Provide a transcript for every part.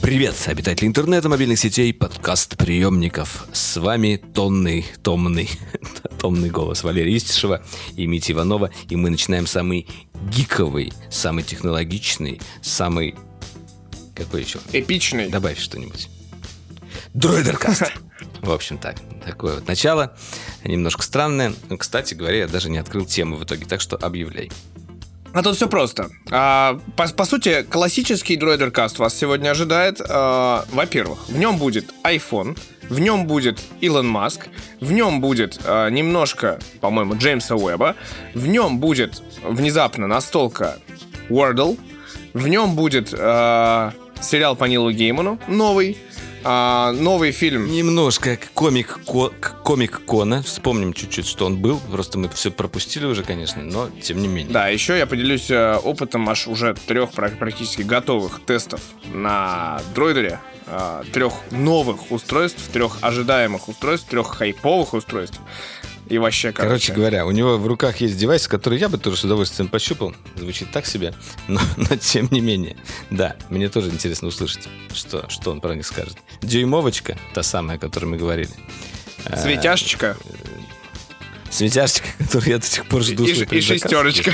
Привет, обитатели интернета, мобильных сетей, подкаст-приемников. С вами томный голос Валерия Истишева и Мити Иванова. И мы начинаем самый гиковый, самый технологичный, самый... Какой еще? Эпичный. Добавь что-нибудь. Дроидеркаст. В общем, такое вот начало. Немножко странное. Кстати говоря, я даже не открыл тему в итоге, так что объявляй. А тут все просто. По сути, классический дроидеркаст вас сегодня ожидает. Во-первых, в нем будет iPhone, в нем будет Илон Маск, в нем будет немножко, по-моему, Джеймса Уэба, в нем будет внезапно настолка Wordle, в нем будет сериал по Нилу Гейману, новый фильм. Немножко комик-кона. Вспомним чуть-чуть, что он был. Просто мы все пропустили уже, конечно, но тем не менее. Да, еще я поделюсь опытом аж уже 3 практически готовых тестов на дроидере. 3 новых устройств, 3 ожидаемых устройств, 3 хайповых устройств. И вообще, короче говоря, у него в руках есть девайс, который я бы тоже с удовольствием пощупал. Звучит так себе, но тем не менее. Да, мне тоже интересно услышать, что он про них скажет. Дюймовочка, та самая, о которой мы говорили. Светяшечка. Светяшечка, которую я до сих пор жду. И шестерочка.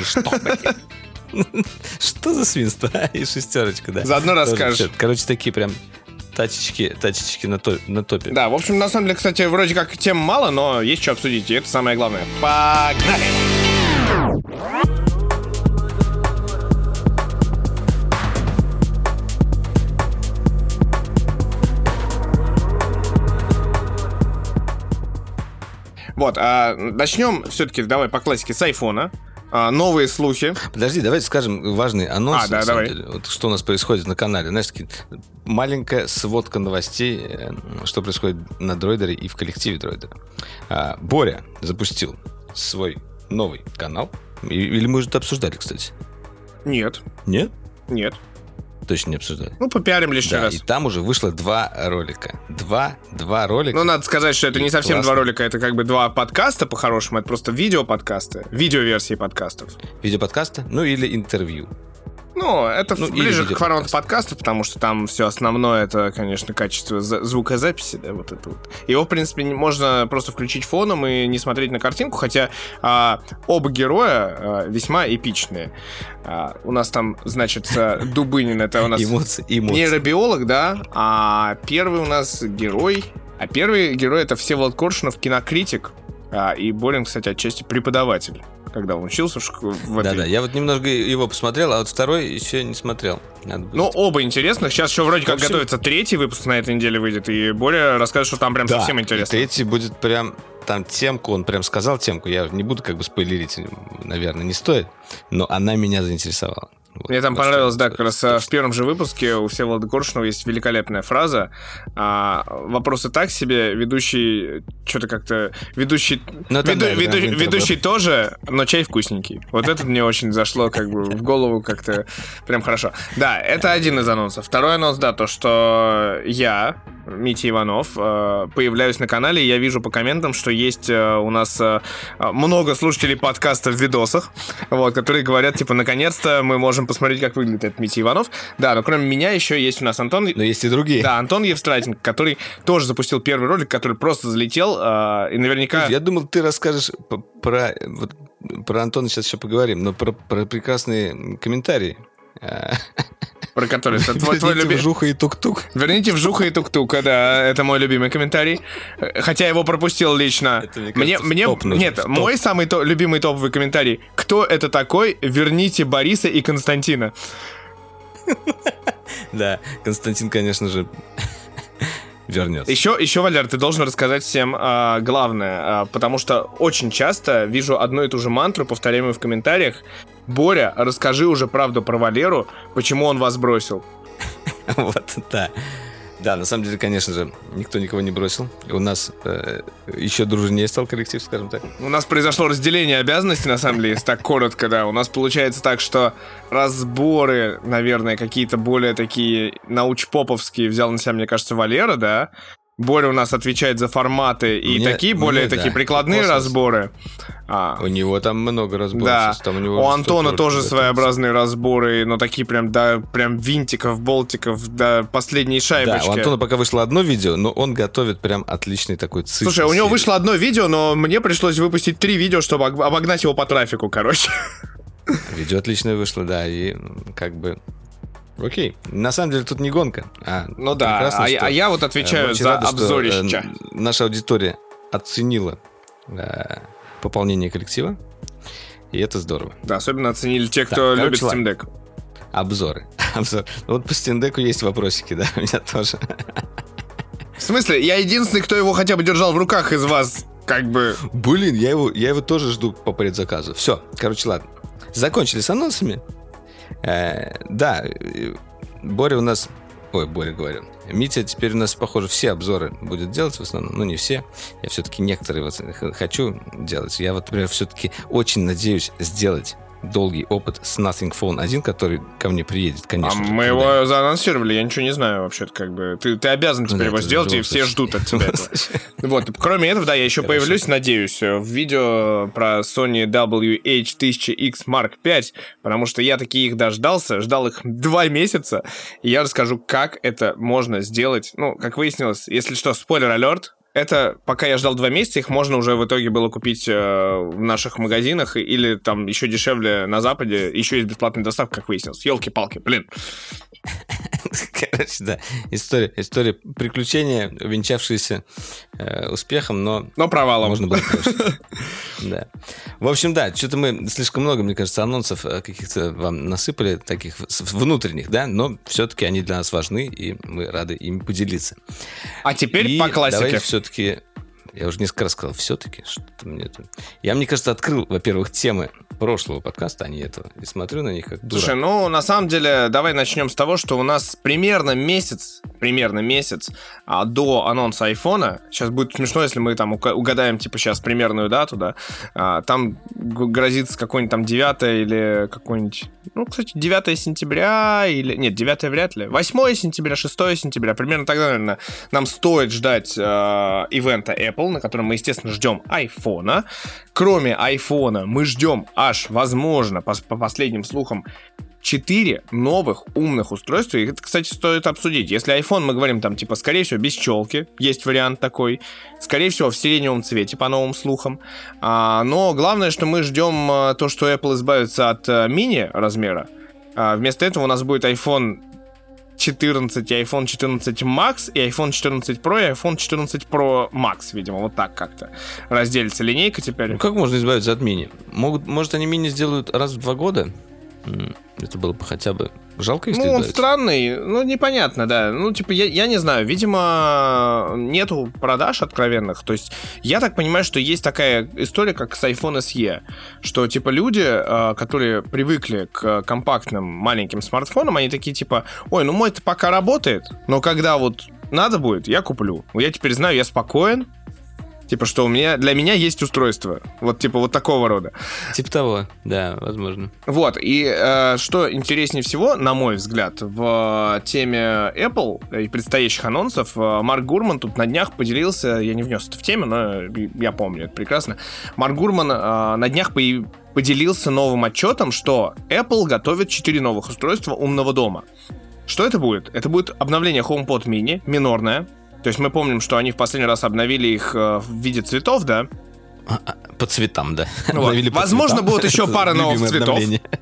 Что за свинство? И шестерочка, да. Заодно расскажешь. Короче, такие прям... Тачечки на топе. Да, в общем, на самом деле, кстати, вроде как тем мало, но есть что обсудить, и это самое главное. Погнали! Вот, начнем все-таки, давай по классике, с айфона. Новые слухи. Подожди, давайте скажем важный анонс. Да, давай. Вот, что у нас происходит на канале. Знаешь, маленькая сводка новостей, что происходит на дроидере и в коллективе дроидера. Боря запустил свой новый канал. Или мы уже это обсуждали, кстати? Нет. Нет? Нет. Точно не обсуждали. Ну, попиарим лишний раз. И там уже вышло 2 ролика. Два ролика. Ну, надо сказать, что это не совсем классно. 2 ролика, это как бы 2 подкаста, по-хорошему. Это просто видеоподкасты, видеоверсии подкастов. Видеоподкаста? Ну, или интервью. Ну, это ближе к формату подкаста, потому что там все основное, это, конечно, качество звукозаписи, да, вот это вот. Его, в принципе, можно просто включить фоном и не смотреть на картинку, хотя оба героя весьма эпичные. У нас там, значит, Дубынин, это у нас эмоции. Нейробиолог, да, а первый у нас герой... А первый герой — это Всеволод Коршунов, кинокритик, и Борин, кстати, отчасти преподаватель, когда он учился в этой... Да, я вот немного его посмотрел, а вот второй еще не смотрел. Ну, оба интересных. Сейчас еще вроде как готовится 3-й выпуск на этой неделе выйдет, и Боря расскажет, что там прям совсем интересно. 3-й будет прям... Там темку, он прям сказал темку. Я не буду как бы спойлерить, наверное, не стоит, но она меня заинтересовала. Вот, мне там понравилось, да, как раз в первом же выпуске у Всеволода Коршунова есть великолепная фраза. Вопросы так себе, ведущий что-то как-то... Ведущий тоже, но чай вкусненький. Вот это мне очень зашло как бы в голову как-то прям хорошо. Да, это один из анонсов. Второй анонс, да, то, что я, Митя Иванов, появляюсь на канале, и я вижу по комментам, что есть у нас много слушателей подкаста в видосах, вот, которые говорят, типа, наконец-то мы можем посмотреть, как выглядит этот Митя Иванов. Да, но кроме меня еще есть у нас Антон... Но есть и другие. Да, Антон Евстратенко, который тоже запустил первый ролик, который просто залетел, и наверняка... Я думал, ты расскажешь про Антона, сейчас еще поговорим, но про прекрасные комментарии. Про который... Верните вжуха и тук-тук. Верните вжуха и тук-тука, да, это мой любимый комментарий. Хотя его пропустил лично. Мой самый любимый топовый комментарий. Кто это такой? Верните Бориса и Константина. Да, Константин, конечно же, вернется. Еще, Валер, ты должен рассказать всем главное, потому что очень часто вижу одну и ту же мантру, повторяемую в комментариях. Боря, расскажи уже правду про Валеру, почему он вас бросил. Вот, да. Да, на самом деле, конечно же, никто никого не бросил. У нас еще дружнее стал коллектив, скажем так. У нас произошло разделение обязанностей, на самом деле, если так коротко, да. У нас получается так, что разборы, наверное, какие-то более такие научпоповские взял на себя, мне кажется, Валера, да. Боря у нас отвечает за форматы и такие более такие прикладные разборы. У него там много разборов. Да, там у Антона тоже своеобразные разборы, но такие прям, да, прям винтиков, болтиков, да, последней шайбочки. Да, у Антона пока вышло одно видео, но он готовит прям отличный такой цикл. Слушай, у него вышло одно видео, но мне пришлось выпустить 3 видео, чтобы обогнать его по трафику, короче. Видео отличное вышло, да, и как бы... Окей, на самом деле тут не гонка. Ну да, а я вот отвечаю за обзорище. Наша аудитория оценила пополнение коллектива, и это здорово. Да, особенно оценили те, кто любит Steam Deck. Обзоры. Вот по Steam Deck есть вопросики, да, у меня тоже. В смысле? Я единственный, кто его хотя бы держал в руках из вас, как бы... Блин, я его тоже жду по предзаказу. Все, короче, ладно. Закончили с анонсами. Да, Боря у нас... Ой, Боря говорю. Митя теперь у нас, похоже, все обзоры будет делать в основном. Ну, не все. Я все-таки некоторые вот хочу делать. Я вот, например, все-таки очень надеюсь сделать долгий опыт с Nothing Phone 1, который ко мне приедет, конечно. Мы его заанонсировали, я ничего не знаю вообще-то, как бы. Ты обязан теперь его сделать, и все ждут от тебя этого. Вот, кроме этого, да, я еще появлюсь, надеюсь, в видео про Sony WH-1000X Mark V, потому что я таки их дождался, ждал их 2 месяца, и я расскажу, как это можно сделать. Ну, как выяснилось, если что, спойлер-алерт, это, пока я ждал 2 месяца, их можно уже в итоге было купить в наших магазинах или там еще дешевле на Западе. Еще есть бесплатная доставка, как выяснилось. Ёлки-палки, блин. Короче, да. История приключения, венчавшиеся успехом, но провалом. Можно было проще. Да. В общем, да, что-то мы слишком много, мне кажется, анонсов каких-то вам насыпали, таких внутренних, да, но все-таки они для нас важны, и мы рады ими поделиться. А теперь по классике. Давайте все-таки... Я уже несколько раз сказал, все-таки что-то мне тут... Я, мне кажется, открыл, во-первых, темы прошлого подкаста, а не этого. И смотрю на них как дурак. Слушай, ну, на самом деле, давай начнем с того, что у нас примерно месяц до анонса айфона, сейчас будет смешно, если мы там угадаем, типа, сейчас примерную дату, да, там грозится какой-нибудь там 9 или какой-нибудь... Ну, кстати, 9 сентября или... Нет, 9 вряд ли. 8 сентября, 6 сентября. Примерно тогда, наверное, нам стоит ждать ивента Apple, на котором мы, естественно, ждем айфона. Кроме айфона мы ждем аж, возможно, по последним слухам, 4 новых умных устройства. И это, кстати, стоит обсудить. Если iPhone, мы говорим там, типа, скорее всего, без челки. Есть вариант такой. Скорее всего, в сиреневом цвете, по новым слухам. Но главное, что мы ждем то, что Apple избавится от мини-размера. Вместо этого у нас будет iPhone 14 и iPhone 14 Max, и iPhone 14 Pro, и iPhone 14 Pro Max, видимо, вот так как-то разделится линейка теперь. Ну, как можно избавиться от мини? Может, они мини сделают раз в 2 года? Это было бы хотя бы жалко, если он странный, непонятно, да. Ну, типа, я не знаю, видимо, нету продаж откровенных. То есть, я так понимаю, что есть такая история, как с iPhone SE, что, типа, люди, которые привыкли к компактным маленьким смартфонам, они такие, типа, ой, мой-то пока работает, но когда вот надо будет, я куплю. Я теперь знаю, я спокоен. Типа, что для меня есть устройство. Вот, типа, вот такого рода. Типа того, да, возможно. Вот, и что интереснее всего, на мой взгляд, в теме Apple и предстоящих анонсов, Марк Гурман тут на днях поделился, я не внес это в тему, но я помню это прекрасно. Марк Гурман на днях поделился новым отчетом, что Apple готовит 4 новых устройства умного дома. Что это будет? Это будет обновление HomePod Mini, минорное. То есть мы помним, что они в последний раз обновили их в виде цветов, да? По цветам, да. Вот. Возможно, будут еще пара новых цветов.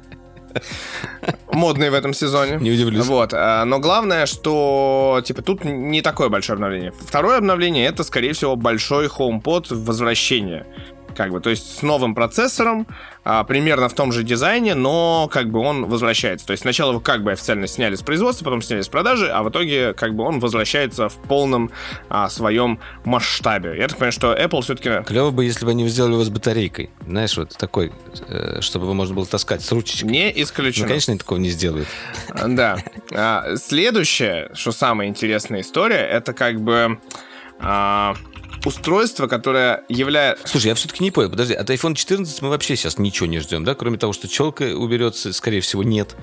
Модные в этом сезоне. Не удивлюсь. Вот. Но главное, что типа тут не такое большое обновление. Второе обновление — это, скорее всего, большой HomePod возвращение. Как бы, то есть с новым процессором, примерно в том же дизайне, но как бы он возвращается. То есть сначала его как бы официально сняли с производства, потом сняли с продажи, а в итоге как бы он возвращается в полном своем масштабе. Я так понимаю, что Apple все-таки... Клево бы, если бы они сделали его с батарейкой. Знаешь, вот такой, чтобы его можно было таскать с ручечкой. Не исключено. Ну, конечно, они такого не сделают. Да. Следующее, что самая интересная история, это как бы... устройство, которое является... Слушай, я все-таки не понял, подожди, от iPhone 14 мы вообще сейчас ничего не ждем, да? Кроме того, что челка уберется, скорее всего, нет.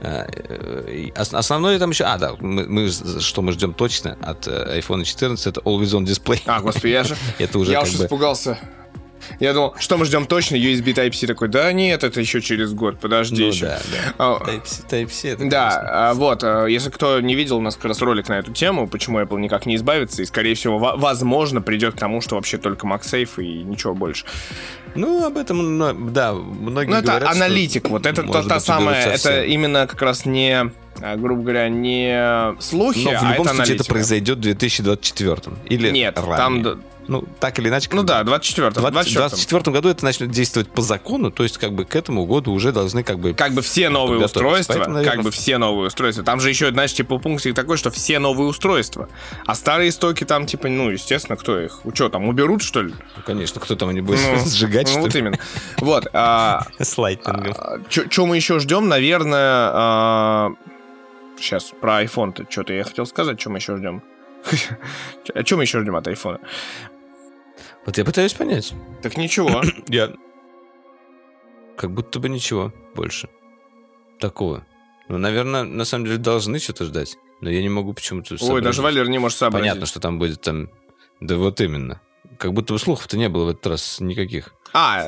Основное там еще... что мы ждем точно от iPhone 14, это Always On Display. Господи, я же... Это уже я уж испугался. Я думал, что мы ждем точно, USB Type-C такой, да нет, это еще через год, подожди еще. Да. Type-C это да, вот, если кто не видел, у нас как раз ролик на эту тему, почему Apple никак не избавится, и, скорее всего, возможно, придет к тому, что вообще только MagSafe и ничего больше. Ну, об этом, да, многие говорят, это аналитик, вот это та самая, это именно как раз не... грубо говоря, не слухи, но в любом случае аналитика. Это произойдет в 2024 или нет, ранее. Там... Ну, так или иначе... Ну да, в 2024 году это начнет действовать по закону, то есть как бы к этому году уже должны как бы все новые устройства, поэтому, наверное... все новые устройства. Там же еще, знаешь, типа пунктик такой, что все новые устройства. А старые стоки там, типа, естественно, кто их? Что, там, уберут, что ли? Ну, конечно, кто там не будет сжигать, что ли? Вот именно. Вот. С лайтнингом. Что мы еще ждем? Наверное... Сейчас, про iPhone-то что-то я хотел сказать, что мы еще ждем. А что мы еще ждем от iPhone? Вот я пытаюсь понять. Так ничего. Я... Как будто бы ничего больше такого. Ну, наверное, на самом деле должны что-то ждать. Но я не могу почему-то сообразить. Ой, даже Валер не может сообразить. Понятно, что там будет там... Да вот именно. Как будто бы слухов-то не было в этот раз никаких.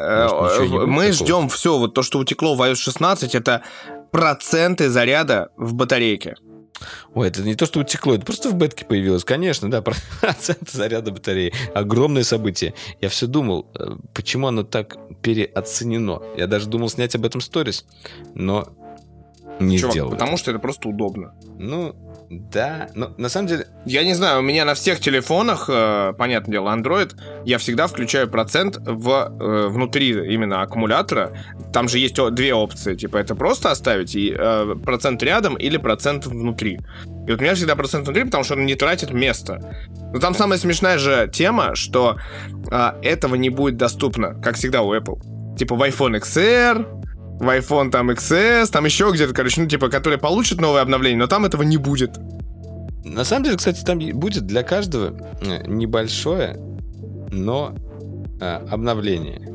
Мы ждем все. Вот то, что утекло в iOS 16, это проценты заряда в батарейке. Ой, это не то, что утекло, это просто в бетке появилось. Конечно, да, процент заряда батареи. Огромное событие. Я все думал, почему оно так переоценено. Я даже думал снять об этом сторис, но не сделал. Потому что это просто удобно. Ну, да, но на самом деле... Я не знаю, у меня на всех телефонах, понятное дело, Android, я всегда включаю процент внутри именно аккумулятора. Там же есть две опции, типа это просто оставить и процент рядом или процент внутри. И вот у меня всегда процент внутри, потому что он не тратит место. Но там самая смешная же тема, что этого не будет доступно, как всегда у Apple. Типа в iPhone XR... в iPhone там XS, там еще где-то, короче, которые получат новое обновление, но там этого не будет. На самом деле, кстати, там будет для каждого небольшое, но обновление.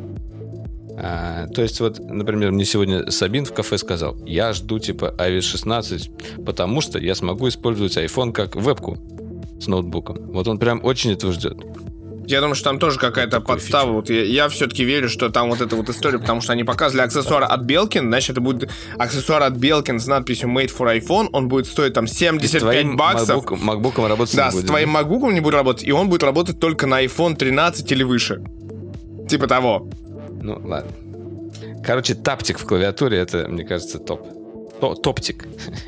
То есть, вот, например, мне сегодня Сабин в кафе сказал, я жду, типа, iOS 16, потому что я смогу использовать iPhone как вебку с ноутбуком. Вот он прям очень этого ждет. Я думаю, что там тоже какая-то подстава. Вот я все-таки верю, что там вот эта вот история, потому что они показывали аксессуар от Belkin, значит, это будет аксессуар от Belkin с надписью Made for iPhone, он будет стоить там 75 баксов. MacBook'ом работать не будет. Да, с твоим MacBook'ом не будет работать, и он будет работать только на iPhone 13 или выше. Типа того. Ну, ладно. Короче, таптик в клавиатуре, это, мне кажется, топ. Топтик.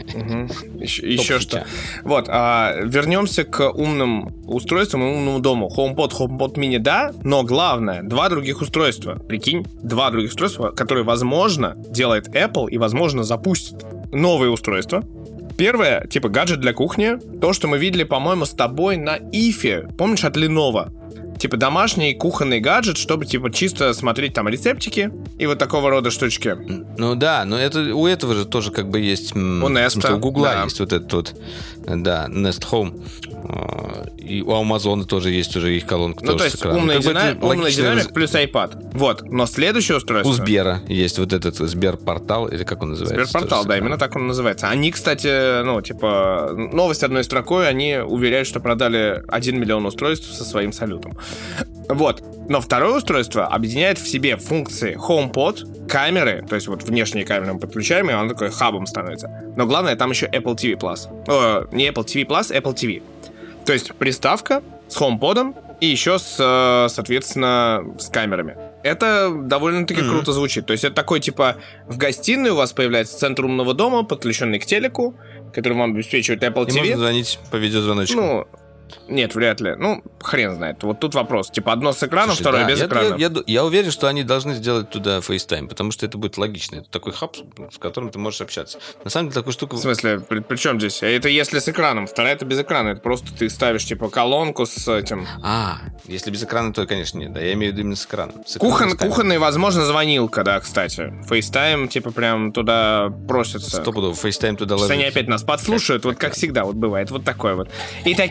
Еще что. Вот, вернемся к умным устройствам и умному дому. HomePod mini, да, но главное, два других устройства. Прикинь, два других устройства, которые, возможно, делает Apple и, возможно, запустит новые устройства. Первое, типа гаджет для кухни. То, что мы видели, по-моему, с тобой на Ифе. Помнишь, от Lenovo? Типа домашний кухонный гаджет, чтобы типа чисто смотреть там рецептики и вот такого рода штучки. Ну да, но это у этого же тоже как бы есть... У Nest. У Гугла есть вот этот вот, да, Nest Home. И у Амазона тоже есть уже их колонка. Ну то есть умный динамик плюс iPad. Вот, но следующее устройство... У Сбера есть вот этот Сберпортал, или как он называется? Сберпортал, да, именно так он называется. Они, кстати, новость одной строкой, они уверяют, что продали 1 миллион устройств со своим салютом. Вот. Но второе устройство объединяет в себе функции HomePod, камеры, то есть вот внешние камеры мы подключаем, и оно такой хабом становится. Но главное, там еще Apple TV+. Не Apple TV+, Apple TV. То есть приставка с HomePod'ом и еще соответственно, с камерами. Это довольно-таки круто звучит. То есть это такой, типа, в гостиной у вас появляется центр умного дома, подключенный к телеку, который вам обеспечивает Apple TV. И можно звонить по видеозвоночку. Нет, вряд ли. Хрен знает. Вот тут вопрос. Типа одно с экраном, второе без экрана. Я уверен, что они должны сделать туда FaceTime, потому что это будет логично. Это такой хаб, с которым ты можешь общаться. На самом деле, такую штуку... В смысле? При чем здесь? Это если с экраном. Вторая — это без экрана. Это просто ты ставишь, типа, колонку с этим... Если без экрана, то, конечно, нет. Да, я имею в виду именно с экраном. Кухонный, возможно, звонилка, да, кстати. FaceTime, типа, прям туда просится. Стопудово, FaceTime туда ложится. Они опять нас подслушают, вот как всегда, вот бывает. Вот такое вот. И такие...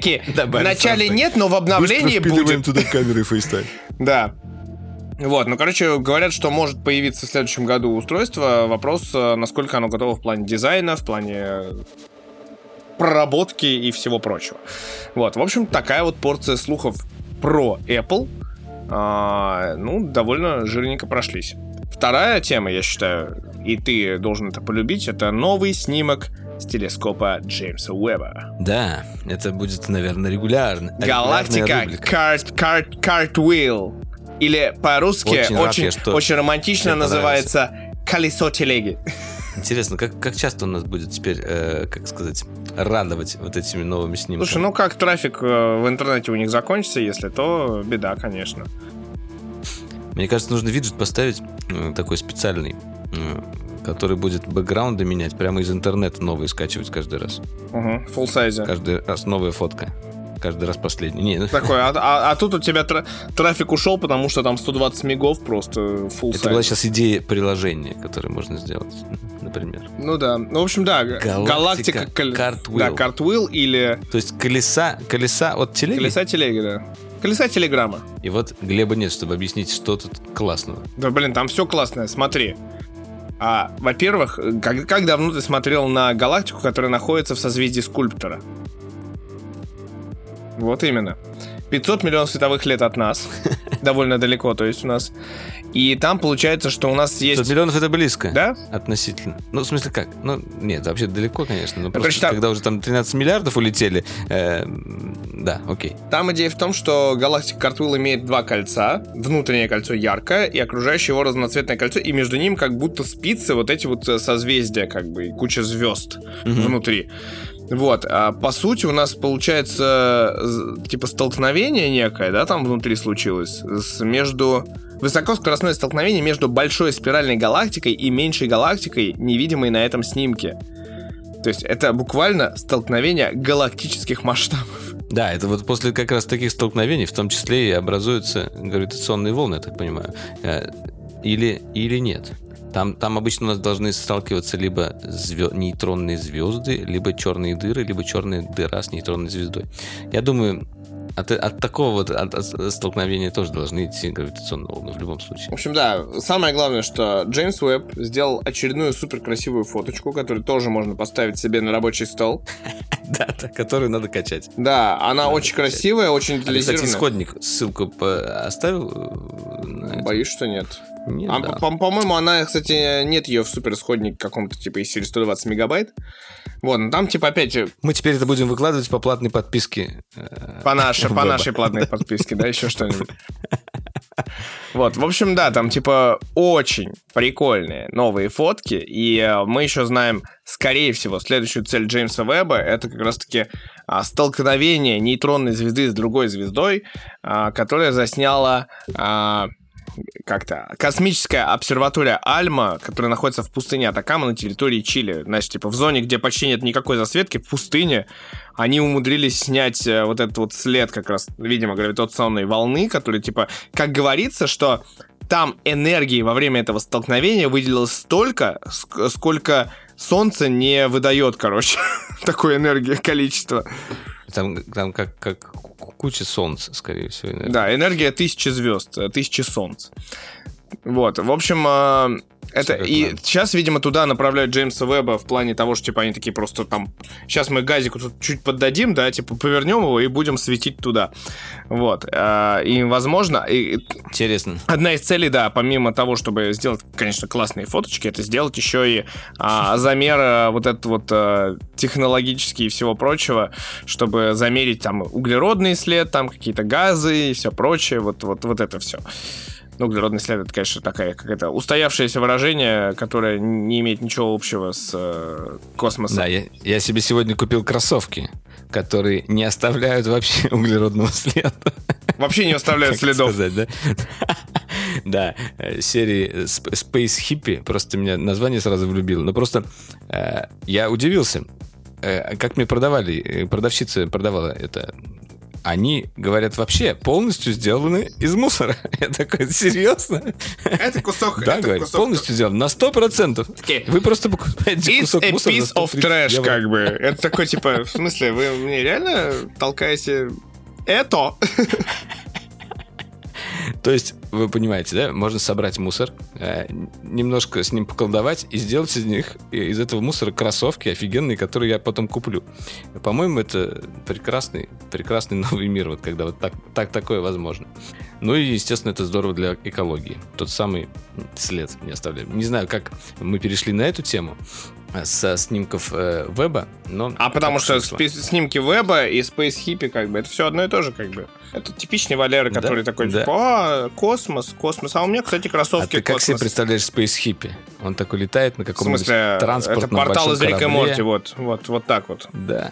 начале нет, но в обновлении будет. туда камеры FaceTime. Да. Вот, ну, короче, говорят, что может появиться в следующем году устройство. Вопрос, насколько оно готово в плане дизайна, в плане проработки и всего прочего. Вот, в общем, такая вот порция слухов про Apple. Ну, довольно жирненько прошлись. Вторая тема, я считаю, и ты должен это полюбить, это новый снимок с телескопа Джеймса Уэбба. Да, это будет, наверное, регулярно. Галактика Cartwheel. Или по-русски очень романтично называется «Колесо телеги». Интересно, как часто он нас будет теперь, как сказать, радовать вот этими новыми снимками? Слушай, ну как трафик в интернете у них закончится, если то беда, конечно. Мне кажется, нужно виджет поставить такой специальный, который будет бэкграунды менять, прямо из интернета новые скачивать каждый раз. Угу, full size. Каждый раз новая фотка. Каждый раз последний. Такой, а тут у тебя трафик ушел, потому что там 120 мегов просто full size. Это была сейчас идея приложения, которое можно сделать, например. Ну да. Ну, в общем, да. Галактика Cartwheel. Да, Cartwheel или... То есть колеса от телеги? Колеса телеги, да. Колеса телеграмма. И вот Глеба нет, чтобы объяснить, что тут классного. Да, блин, там все классное, смотри. Во-первых, как давно ты смотрел на галактику, которая находится в созвездии Скульптора? Вот именно. 500 миллионов световых лет от нас. Довольно далеко, то есть у нас. И там получается, что у нас есть... 500 миллионов это близко. Да? Относительно. Ну, в смысле как? Ну, нет, вообще далеко, конечно. Но просто короче, когда уже там 13 миллиардов улетели... да, окей. Там идея в том, что галактика Cartwheel имеет два кольца. Внутреннее кольцо яркое, и окружающее его разноцветное кольцо. И между ним как будто спицы вот эти вот созвездия, как бы, куча звезд внутри. Вот, по сути у нас получается типа столкновение некое, да, там внутри случилось между... Высокоскоростное столкновение между большой спиральной галактикой и меньшей галактикой, невидимой на этом снимке. То есть это буквально столкновение галактических масштабов. Да, это вот после как раз таких столкновений, в том числе и образуются гравитационные волны, я так понимаю. Или нет? Там обычно у нас должны сталкиваться либо нейтронные звезды, либо черные дыры, либо черная дыра с нейтронной звездой. Я думаю, от такого вот от столкновения тоже должны идти гравитационные волны в любом случае. В общем, да, самое главное, что Джеймс Уэбб сделал очередную суперкрасивую фоточку, которую тоже можно поставить себе на рабочий стол. Да, которую надо качать. Да, она очень красивая, очень детализированная. Кстати, исходник, ссылку оставил? Боюсь, что нет. Нет, да. По-моему, она, кстати, нет ее в суперисходнике каком-то, типа, из серии 120 мегабайт. Вот, но там, типа, опять... Мы теперь это будем выкладывать по платной подписке. По нашей платной подписке, да, еще что-нибудь. Вот, в общем, да, там, типа, очень прикольные новые фотки, и мы еще знаем, скорее всего, следующую цель Джеймса Уэбба — это как раз-таки столкновение нейтронной звезды с другой звездой, которая засняла... космическая обсерватория Альма, которая находится в пустыне Атакама на территории Чили. Знаешь, типа в зоне, где почти нет никакой засветки, в пустыне, они умудрились снять вот этот вот след как раз, видимо, гравитационной волны, который, типа, как говорится, что там энергии во время этого столкновения выделилось столько, сколько Солнце не выдает, короче, такой энергии, количество. Там как куча солнца, скорее всего. Энергия. Да, энергия 1000 звезд, 1000 солнц. Вот, в общем, это и надо. Сейчас, видимо, туда направляют Джеймса Уэбба в плане того, что, типа, они такие просто там... Сейчас мы газику тут чуть поддадим, да, типа, повернем его и будем светить туда. Вот. И, возможно... Интересно. Одна из целей, да, помимо того, чтобы сделать, конечно, классные фоточки, это сделать еще и замер вот этот вот технологический и всего прочего, чтобы замерить там углеродный след, там какие-то газы и все прочее, вот это все. Ну, углеродный след — это, конечно, такая какая-то устоявшееся выражение, которое не имеет ничего общего с космосом. Да, я себе сегодня купил кроссовки, которые не оставляют вообще углеродного следа. Вообще не оставляют следов. Сказать, да? Да, серии Space Hippie, просто меня название сразу влюбило. Но просто я удивился, как мне продавщица продавала это они, говорят, вообще полностью сделаны из мусора. Я такой, серьезно? Это кусок... Да, говорит, полностью сделан, на 100%. Вы просто покупаете кусок мусора за 130 piece of trash, евро. как бы. Это такой, типа, в смысле, вы мне реально толкаете это? То есть, вы понимаете, да? Можно собрать мусор, немножко с ним поколдовать и сделать из этого мусора кроссовки офигенные, которые я потом куплю. По-моему, это прекрасный новый мир, вот когда вот такое возможно. Ну и, естественно, это здорово для экологии. Тот самый след не оставляем. Не знаю, как мы перешли на эту тему со снимков веба, но... потому что снимки веба и Space Hippie, как бы, это все одно и то же, как бы. Это типичный Валера, который такой, типа, космос. А у меня, кстати, кроссовки космос. А ты как себе представляешь Space Hippie? Он такой летает на каком-нибудь транспортном это портал большом из Рика и корабле. Морти, вот так вот. Да.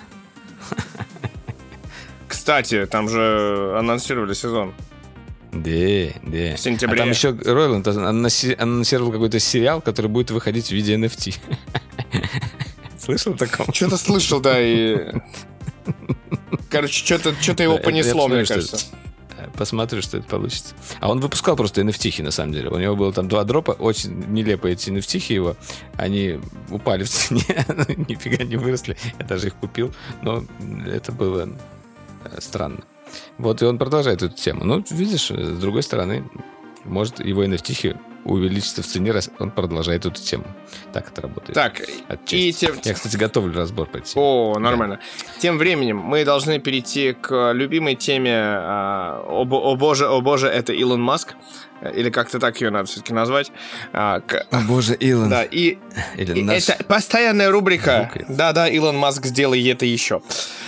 Кстати, там же анонсировали сезон. Да. В сентябре. А там еще Ройланд анонсировал какой-то сериал, который будет выходить в виде NFT. Слышал о таком? Что-то слышал, да, и... Короче, что-то его понесло, мне кажется. Посмотрю, что это получится. А он выпускал просто NFT-хи, на самом деле. У него было там 2 дропа, очень нелепые эти NFT-хи его. Они упали в цене, нифига не выросли. Я даже их купил, но это было странно. Вот, и он продолжает эту тему. Ну, видишь, с другой стороны, может, его NFT-хи увеличится в цене, раз он продолжает эту тему. Так это работает. Так, и я, кстати, готовлю разбор по теме. О, нормально. Да. Тем временем мы должны перейти к любимой теме «О боже, это Илон Маск». Или как-то так ее надо все-таки назвать. О боже, Илон. Да, и это постоянная рубрика. Да, Илон Маск, сделай это еще.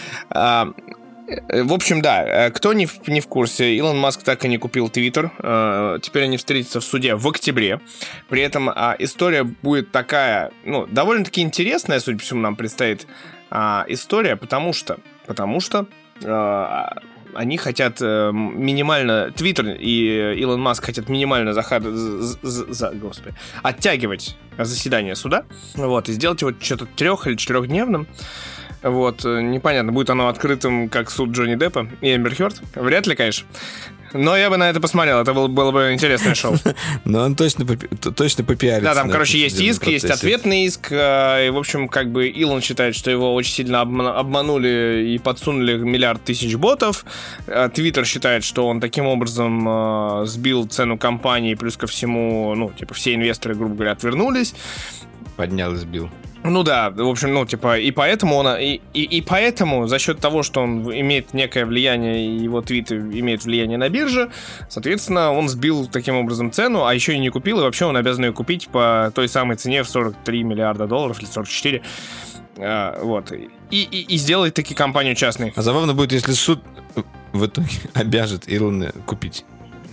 В общем, да, кто не в курсе, Илон Маск так и не купил Твиттер. Теперь они встретятся в суде в октябре. При этом история будет такая, ну, довольно-таки интересная, судя по всему, нам предстоит история, потому что они хотят минимально... Твиттер и Илон Маск хотят минимально оттягивать заседание суда. Вот, и сделать его что-то 3- или 4-дневным. Вот, непонятно, будет оно открытым, как суд Джонни Деппа и Эмбер Хёрд. Вряд ли, конечно. Но я бы на это посмотрел, это было бы интересное шоу. Но он точно попиарится. Да, там, короче, есть иск, есть ответный иск. И, в общем, как бы Илон считает, что его очень сильно обманули и подсунули 1 миллиард тысяч ботов. Твиттер считает, что он таким образом сбил цену компании, плюс ко всему, ну, типа, все инвесторы, грубо говоря, отвернулись. Поднял и сбил. Ну да, в общем, ну, типа, и поэтому поэтому за счет того, что он имеет некое влияние, и его твиты имеют влияние на бирже, соответственно, он сбил таким образом цену, а еще и не купил, и вообще он обязан ее купить по той самой цене в $43 миллиарда или 44. Вот. И сделать таки компанию частной. А забавно будет, если суд в итоге обяжет Илона купить.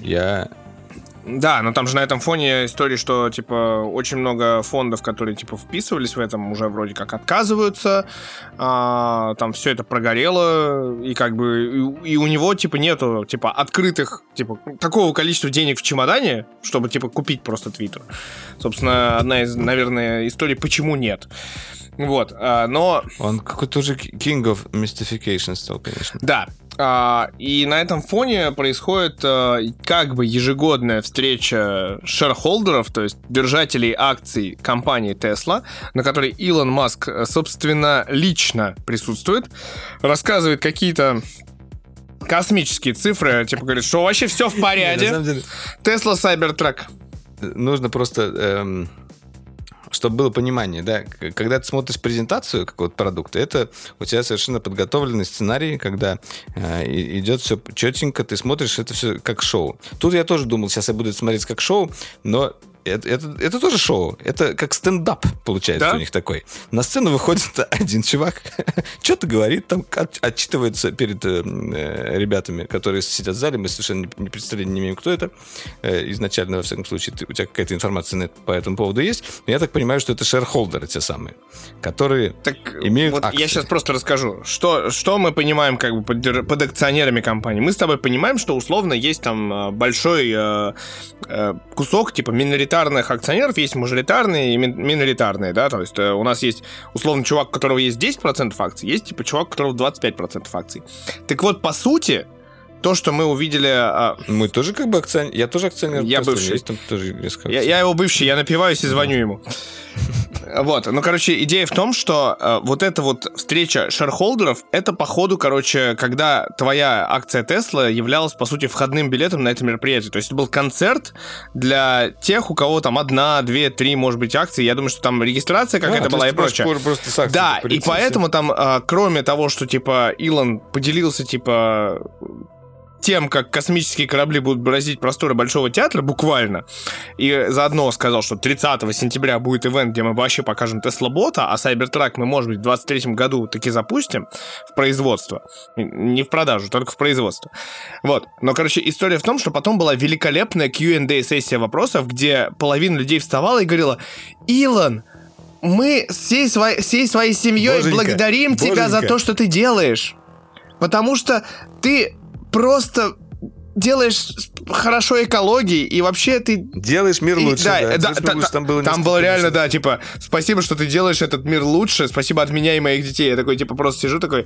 Да, но там же на этом фоне история, что, типа, очень много фондов, которые, типа, вписывались в этом, уже вроде как отказываются, там все это прогорело, и как бы, и у него, типа, нету, типа, открытых, типа, такого количества денег в чемодане, чтобы, типа, купить просто Твиттер. Собственно, одна из, наверное, историй, почему нет. Вот, но... Он какой-то уже king of mystification стал, конечно. Да. И на этом фоне происходит как бы ежегодная встреча шерхолдеров, то есть держателей акций компании Tesla, на которой Илон Маск, собственно, лично присутствует, рассказывает какие-то космические цифры, типа говорит, что вообще все в порядке. Tesla Cybertruck. Нужно просто... чтобы было понимание, да, когда ты смотришь презентацию какого-то продукта, это у тебя совершенно подготовленный сценарий, когда идет все четенько, ты смотришь это все как шоу. Тут я тоже думал, сейчас я буду смотреть как шоу, но это тоже шоу. Это как стендап получается, да? У них такой. На сцену выходит один чувак, что-то говорит, там отчитывается перед ребятами, которые сидят в зале. Мы совершенно не представления не имеем, кто это. Изначально, во всяком случае, у тебя какая-то информация по этому поводу есть. Но я так понимаю, что это шерхолдеры те самые, которые имеют вот акции. Я сейчас просто расскажу. Что мы понимаем как бы под акционерами компании? Мы с тобой понимаем, что условно есть там большой кусок, типа миноритарный майоритарных акционеров, есть мажоритарные и миноритарные, да, то есть у нас есть, условно, чувак, у которого есть 10% акций, есть, типа, чувак, у которого 25% акций. Так вот, по сути, то, что мы увидели... Мы тоже как бы акционер. Я тоже акционер. Я бывший. Есть там тоже я его бывший, я напиваюсь и звоню ему. Вот, ну, короче, идея в том, что вот эта вот встреча шерхолдеров, это, походу, короче, когда твоя акция Тесла являлась, по сути, входным билетом на это мероприятие. То есть это был концерт для тех, у кого там 1, 2, 3, может быть, акции. Я думаю, что там регистрация какая-то была и прочее. Да, и поэтому там, кроме того, что, типа, Илон поделился, типа... тем, как космические корабли будут бороздить просторы Большого театра, буквально, и заодно сказал, что 30 сентября будет ивент, где мы вообще покажем Tesla-бота, а Cybertruck мы, может быть, в 2023 году таки запустим в производство. Не в продажу, только в производство. Вот. Но, короче, история в том, что потом была великолепная Q&A-сессия вопросов, где половина людей вставала и говорила: «Илон, мы всей своей семьей благодарим тебя за то, что ты делаешь. Потому что ты просто делаешь хорошо экологии, и вообще ты... Делаешь мир лучше, да. Там было реально, да, типа, спасибо, что ты делаешь этот мир лучше, спасибо от меня и моих детей. Я такой, типа, просто сижу такой,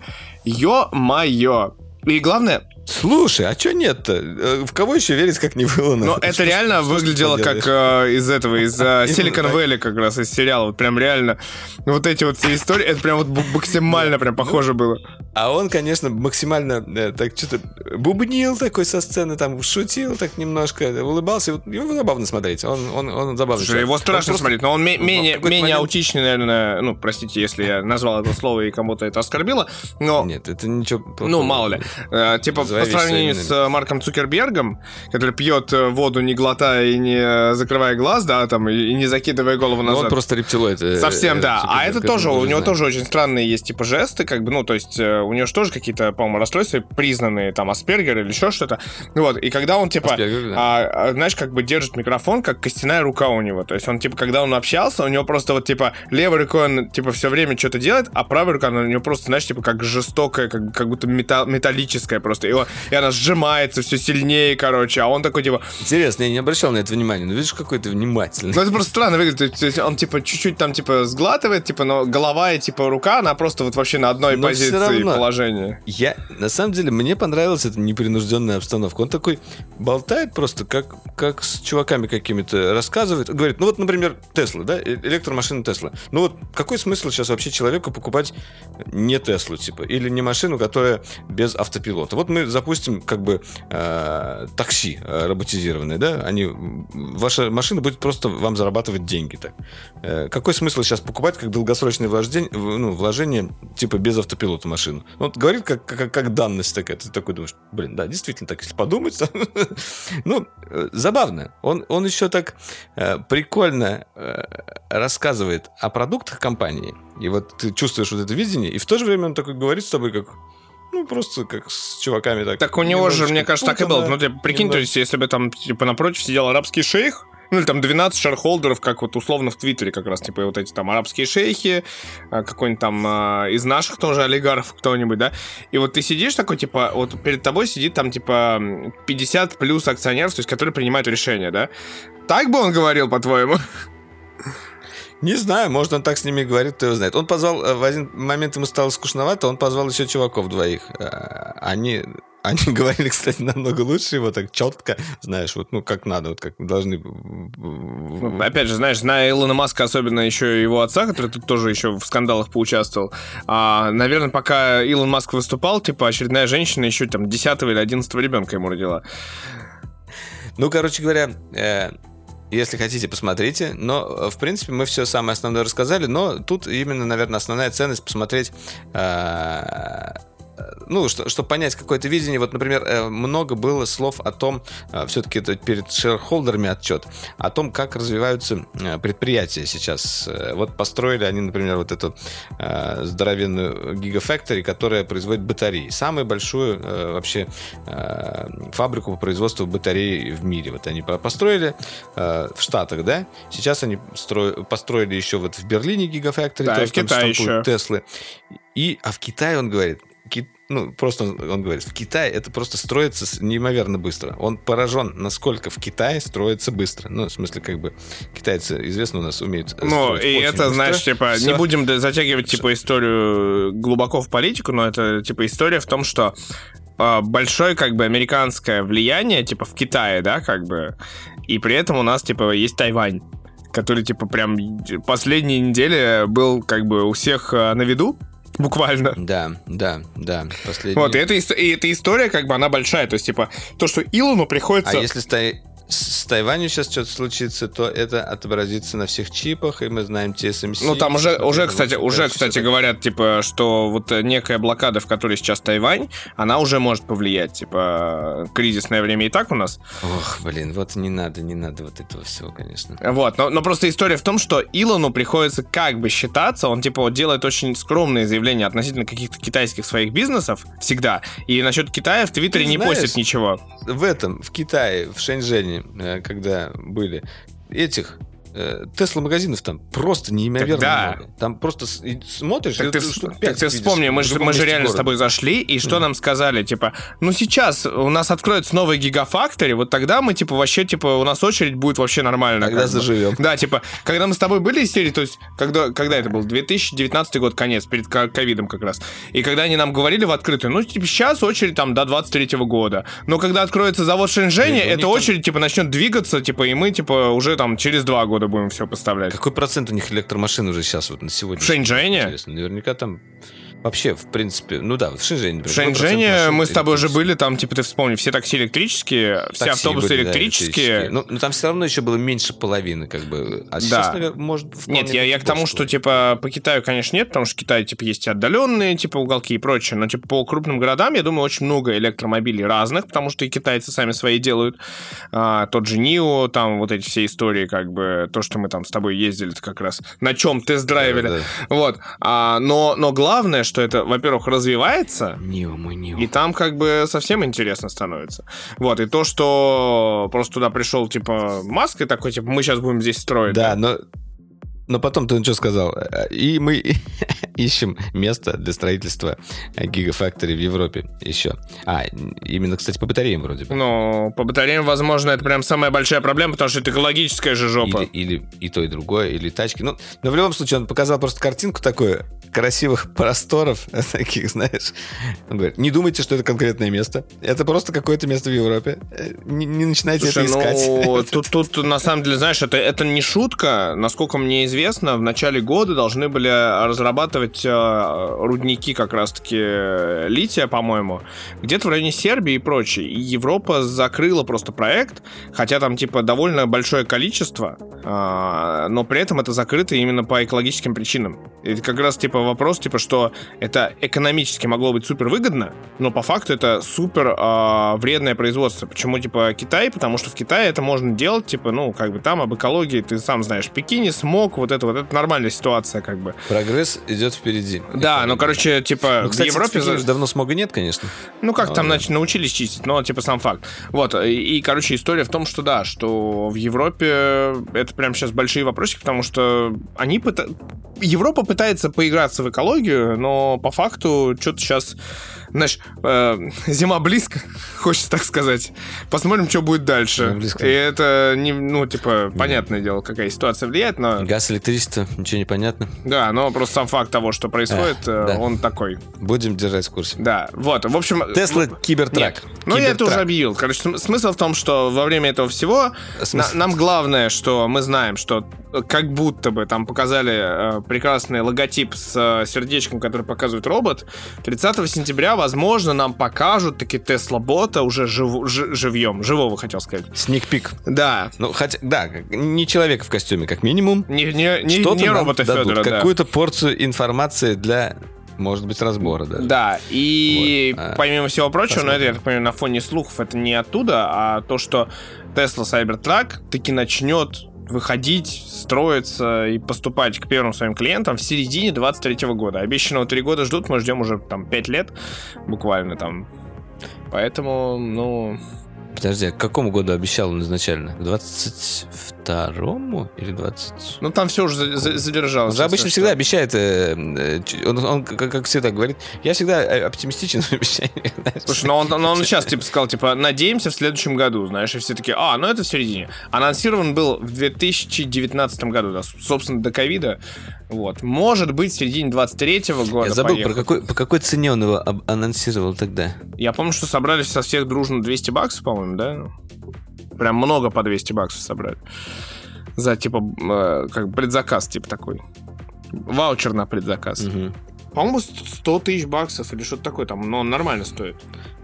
ё-моё. И главное... Слушай, а чё нет-то? В кого еще верить, как не в Илона? Ну, это реально выглядело как из Silicon Valley, как раз из сериала. Вот прям реально вот эти вот все истории, это прям вот максимально прям похоже было. А он, конечно, максимально так что-то бубнил такой со сцены, там шутил так немножко, улыбался. Его забавно смотреть. Он забавный. Слушай, его страшно смотреть, но он менее аутичный, наверное. Ну, простите, если я назвал это слово и кому-то это оскорбило. Но... Нет, это ничего... Ну, мало ли. Типа, по сравнению с Марком Цукербергом, который пьет воду, не глотая и не закрывая глаз, да, там, и не закидывая голову назад. Он просто рептилоид. Совсем, да. А это тоже, у него тоже очень странные есть, типа, жесты, как бы, ну, то есть, у него же тоже какие-то, по-моему, расстройства признанные, там, Аспергер или еще что-то. Вот, и когда он, типа, знаешь, как бы держит микрофон, как костяная рука у него. То есть он, типа, когда он общался, у него просто вот, типа, левой рукой он, типа, все время что-то делает, а правая рука, у него просто, знаешь, типа, как жестокая, как будто металлическая просто. И она сжимается все сильнее, короче, а он такой, типа... Интересно, я не обращал на это внимания, но видишь, какой ты внимательный. Ну, это просто странно выглядит, то есть он, типа, чуть-чуть там, типа, сглатывает, типа, но голова и, типа, рука, она просто вот вообще на одной позиции положения. На самом деле, мне понравилась эта непринужденная обстановка. Он такой болтает просто, как с чуваками какими-то рассказывает, говорит, ну вот, например, Тесла, да, электромашина Тесла. Ну вот, какой смысл сейчас вообще человеку покупать не Теслу, типа, или не машину, которая без автопилота? Вот мы запустим как бы такси роботизированное, да, ваша машина будет просто вам зарабатывать деньги, так. Какой смысл сейчас покупать как долгосрочное вложение, типа без автопилота машину? Он говорит как данность такая, ты такой думаешь, блин, да, действительно, так если подумать, ну, забавно. Он еще так прикольно рассказывает о продуктах компании, и вот ты чувствуешь вот это видение, и в то же время он такой говорит с тобой как... Ну, просто как с чуваками так. Так у него же, мне кажется, так и было. Ну, ты прикинь, то есть, если бы там, типа, напротив сидел арабский шейх, ну, или там 12 шерхолдеров, как вот условно в Твиттере как раз, типа, вот эти там арабские шейхи, какой-нибудь там из наших тоже олигархов кто-нибудь, да, и вот ты сидишь такой, типа, вот перед тобой сидит там, типа, 50 плюс акционеров, то есть, которые принимают решения, да. Так бы он говорил, по-твоему? Не знаю, может, он так с ними говорит, кто его знает. Он позвал, в один момент ему стало скучновато, он позвал еще чуваков двоих. Они говорили, кстати, намного лучше его, так четко, знаешь, вот, ну, как надо, вот как должны... Ну, опять же, знаешь, зная Илона Маска, особенно еще его отца, который тут тоже еще в скандалах поучаствовал, наверное, пока Илон Маск выступал, типа, очередная женщина еще там 10-го или 11-го ребенка ему родила. Ну, короче говоря... Если хотите, посмотрите. Но, в принципе, мы все самое основное рассказали. Но тут именно, наверное, основная ценность посмотреть... Ну, чтобы понять какое-то видение. Вот, например, много было слов о том, все-таки это перед шерхолдерами отчет, о том, как развиваются предприятия сейчас. Вот построили они, например, вот эту здоровенную Gigafactory, которая производит батареи. Самую большую вообще фабрику по производству батарей в мире. Вот они построили в Штатах, да? Сейчас они построили еще вот в Берлине Gigafactory. Да, и в Китае еще. Теслы. А в Китае, он говорит, просто он говорит, в Китае это просто строится неимоверно быстро. Он поражен, насколько в Китае строится быстро. В смысле, китайцы, известно, у нас умеют строить и очень это, быстро. знаешь, Всё. не будем затягивать, историю глубоко в политику, но это, история в том, что большое, американское влияние, в Китае, да, и при этом у нас, есть Тайвань, который, прям последние недели был, у всех на виду. Буквально. Да. Последний. Вот, и эта история, она большая. То есть, то, что Илону приходится... А если с Тайванью сейчас что-то случится, то это отобразится на всех чипах, и мы знаем TSMC. Там уже, кстати, говорят, что вот некая блокада, в которой сейчас Тайвань, она уже может повлиять, кризисное время и так у нас. Ох, блин, вот не надо вот этого всего, конечно. Вот, но просто история в том, что Илону приходится считаться, он, делает очень скромные заявления относительно каких-то китайских своих бизнесов всегда, и насчет Китая в Твиттере не постит ничего. В Китае, в Шэньчжэне, когда были Тесла-магазинов там просто неимоверно много. Там просто смотришь... Так ты вспомни, мы же реально с тобой зашли, и что нам сказали? Сейчас у нас откроется новый гигафактори, вот тогда мы, вообще, у нас очередь будет вообще нормально. Тогда заживем. Да, когда мы с тобой были из серии, то есть, когда это был? 2019 год, конец, перед ковидом как раз. И когда они нам говорили в открытую, сейчас очередь там до 23-го года. Но когда откроется завод в Шэньчжэне, эта очередь, начнет двигаться, и мы, уже там через 2 года будем все поставлять. Какой процент у них электромашин уже сейчас, вот на сегодня? В Шэньчжэне? Интересно. Наверняка там вообще, в принципе, в Шэньчжэне. В Шэньчжэне мы с тобой уже были, там, ты вспомни, все такси электрические, все автобусы были, электрические. Но там все равно еще было меньше половины, А сейчас, наверное, может... Нет, я к тому, что, по Китаю, конечно, нет, потому что в Китае, есть отдаленные, уголки и прочее, но, по крупным городам, я думаю, очень много электромобилей разных, потому что и китайцы сами свои делают. Тот же Нио, там, вот эти все истории, то, что мы там с тобой ездили как раз, на чем тест-драйвили. Да. Вот. Но главное, что это, во-первых, развивается, Нио. И там совсем интересно становится. Вот, и то, что просто туда пришел, Маск и такой, мы сейчас будем здесь строить. Да, но потом ты что сказал? И мы ищем место для строительства гигафактори в Европе еще. Именно, кстати, по батареям вроде бы. По батареям, возможно, это прям самая большая проблема, потому что это экологическая же жопа. Или и то, и другое, или тачки. Но в любом случае, он показал просто картинку такую красивых просторов, таких, знаешь. Он говорит, не думайте, что это конкретное место. Это просто какое-то место в Европе. Не начинайте это искать. Тут, на самом деле, знаешь, это не шутка. Насколько мне известно, в начале года должны были разрабатывать рудники как раз-таки лития, по-моему, где-то в районе Сербии и прочее. И Европа закрыла просто проект, хотя там, довольно большое количество, но при этом это закрыто именно по экологическим причинам. Это как раз, вопрос, что это экономически могло быть супер выгодно, но по факту это супер вредное производство. Почему, Китай? Потому что в Китае это можно делать, там об экологии, ты сам знаешь, в Пекине смог, вот это нормальная ситуация, Прогресс идет впереди. Да, кстати, в Европе... давно смога нет, конечно. Там научились чистить, но, сам факт. Вот, и, история в том, что да, что в Европе это прям сейчас большие вопросики, потому что Европа пытается поиграться в экологию, но по факту что-то сейчас, знаешь, зима близко, хочется так сказать. Посмотрим, что будет дальше. И это, понятное дело, какая ситуация влияет, но... Газ, электричество, ничего не понятно. Да, но просто сам факт того, что происходит, он такой. Будем держать в курсе. Да, вот, в общем... Тесла Кибертрак. Я это уже объявил. Смысл в том, что во время этого всего нам главное, что мы знаем, что как будто бы там показали прекрасный логотип с сердечком, который показывает робот. 30 сентября, возможно, нам покажут таки Тесла-бота уже живьем. Живого, хотел сказать. Сникпик. Да. Хотя, да, не человека в костюме, как минимум. Не робота Федора, да. Какую-то порцию информации для... Может быть, разбора даже. Да, и помимо всего прочего, но это, я так понимаю, на фоне слухов, это не оттуда, а то, что Tesla Cybertruck таки начнет выходить, строиться и поступать к первым своим клиентам в середине 23-го года. Обещанного 3 года ждут, мы ждем уже 5 лет буквально там. Поэтому, Подожди, а к какому году обещал он изначально? 22 22-му или 20... Ну, там все уже задержалось. Он же обычно всегда обещает, он как всегда говорит, я всегда оптимистичен в обещаниях. Слушай, но он сейчас типа сказал, типа, надеемся в следующем году, знаешь, и все такие, ну это в середине. Анонсирован был в 2019 году, да, собственно, до ковида. Вот. Может быть, в середине 23-го года. Я забыл, по какой цене он его анонсировал тогда. Я помню, что собрались со всех дружно $200, по-моему, да? Прям много по $200 собрали. За, типа, как предзаказ, типа, такой. Ваучер на предзаказ. Угу. По-моему, $100 тысяч или что-то такое там. Но он нормально стоит.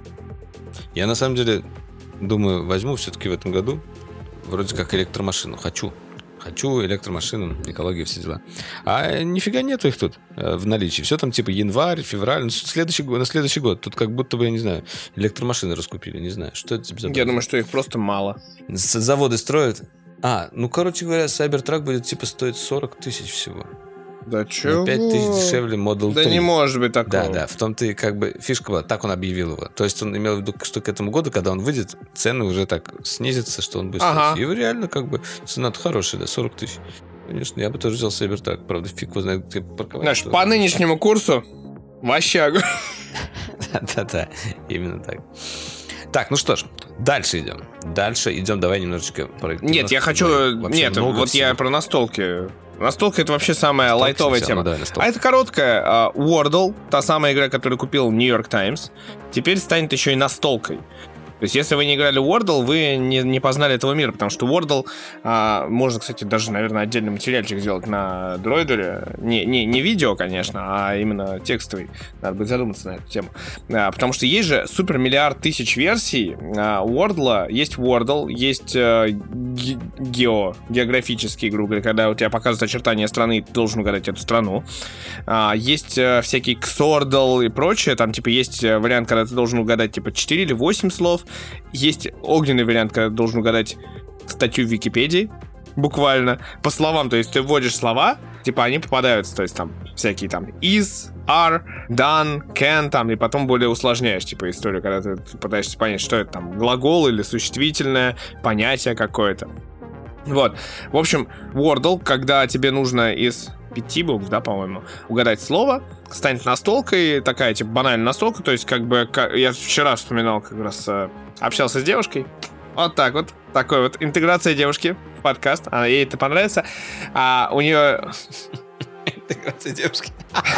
Я, на самом деле, думаю, возьму все-таки в этом году вроде как электромашину. Хочу электромашину, экология, все дела. А нифига нету их тут в наличии. Все там типа январь, февраль. На следующий год. Тут как будто бы, я не знаю, электромашины раскупили. Не знаю, что это за... Я думаю, что их просто мало. Заводы строят. Короче говоря, Cybertruck будет типа стоить 40 тысяч всего. Да чего? 5 тысяч дешевле Model 3. Да не может быть такого. Да, в том-то и как бы фишка была. Так он объявил его. То есть он имел в виду, что к этому году, когда он выйдет, цены уже так снизятся, что он будет стоить. И реально как бы цена-то хорошая, да, 40 тысяч. Конечно, я бы тоже взял Cybertruck. Правда, фиг его знает, где парковать. Знаешь, по нынешнему курсу вообще... Да, именно так. Так, ну что ж, дальше идем. Давай немножечко... Нет, я хочу... Нет, вот я про настолки... Настолка — это вообще самая лайтовая тема. А это короткая. Wordle, та самая игра, которую купил New York Times, теперь станет еще и настолкой. То есть, если вы не играли в Wordle, вы не познали этого мира, потому что Wordle, можно, кстати, даже, наверное, отдельный материальчик сделать на дроидере. Не видео, конечно, а именно текстовый. Надо будет задуматься на эту тему. Потому что есть же супер миллиард тысяч версий Wordle. Есть Wordle, есть географические, грубо говоря, когда у тебя показывают очертания страны, ты должен угадать эту страну. Есть всякие Xordle и прочее. Там, типа, есть вариант, когда ты должен угадать, типа, 4 или 8 слов. Есть огненный вариант, когда ты должен угадать статью в Википедии, буквально, по словам, то есть ты вводишь слова, типа они попадаются, то есть там всякие там is, are, done, can, там, и потом более усложняешь, типа, историю, когда ты пытаешься понять, что это там, глагол или существительное, понятие какое-то. Вот, в общем, Wordle, когда тебе нужно из 5 букв, да, по-моему, угадать слово, станет настолкой, такая, типа, банальная настолка, то есть, как бы, я вчера вспоминал, как раз общался с девушкой, вот так вот, такой вот, интеграция девушки в подкаст, ей это понравится, у нее... Интеграция девушки.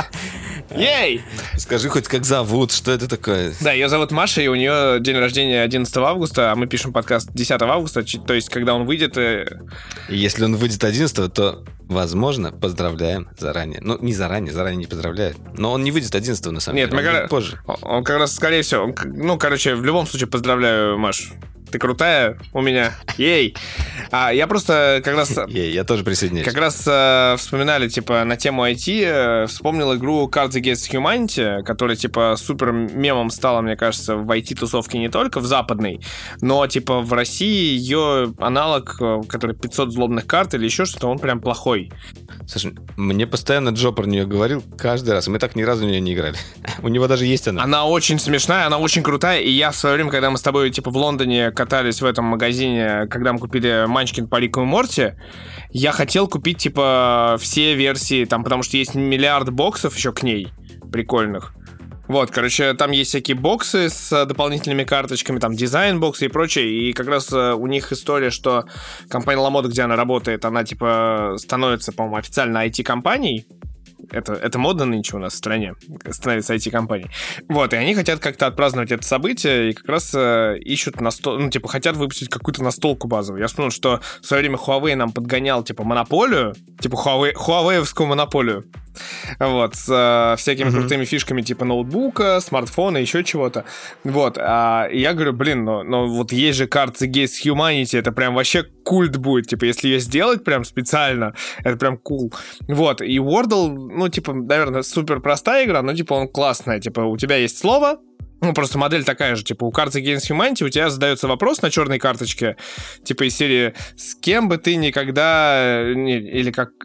Ей! Скажи хоть, как зовут, что это такое? Да, ее зовут Маша, и у нее день рождения 11 августа, а мы пишем подкаст 10 августа, то есть, когда он выйдет... Если он выйдет 11, то, возможно, поздравляем заранее. Ну, не заранее не поздравляют. Но он не выйдет 11, на самом деле. Нет, позже. Он как раз, скорее всего... в любом случае, поздравляю, Маш. Ты крутая у меня. Ей! Я просто как раз... Я тоже присоединяюсь. Как раз вспоминали, типа, на тему IT, вспомнил игру Cards Against Humanity, которая, типа, супер мемом стала, мне кажется, в IT-тусовке не только в западной, но, типа, в России ее аналог, который 500 злобных карт или еще что-то, он прям плохой. Слушай, мне постоянно Джо про нее говорил каждый раз, мы так ни разу в нее не играли. У него даже есть она. Она очень смешная, она очень крутая, и я в свое время, когда мы с тобой, типа, в Лондоне катались в этом магазине, когда мы купили Манчкин по Рику и Морти, я хотел купить, типа, все версии, там, потому что есть миллиард боксов еще к ней, прикольных. Вот, короче, там есть всякие боксы с дополнительными карточками, там дизайн-боксы и прочее, и как раз у них история, что компания Lamoda, где она работает, она, типа, становится, по-моему, официально IT-компанией. Это модно нынче у нас в стране, становится IT-компанией. Вот, и они хотят как-то отпраздновать это событие, и как раз ищут хотят выпустить какую-то настолку базовую. Я вспомнил, что в свое время Huawei нам подгонял, типа, монополию, типа, Huawei-овскую монополию. Вот, с всякими крутыми фишками типа ноутбука, смартфона, еще чего-то. Вот, и я говорю, блин, но вот есть же Cards Against Humanity, это прям вообще культ будет, типа, если ее сделать прям специально, это прям кул. Вот, и Wordle, типа, наверное, супер простая игра, но, типа, он классная, типа, у тебя есть слово, просто модель такая же, типа, у Cards Against Humanity у тебя задается вопрос на черной карточке, типа, из серии «С кем бы ты никогда...» или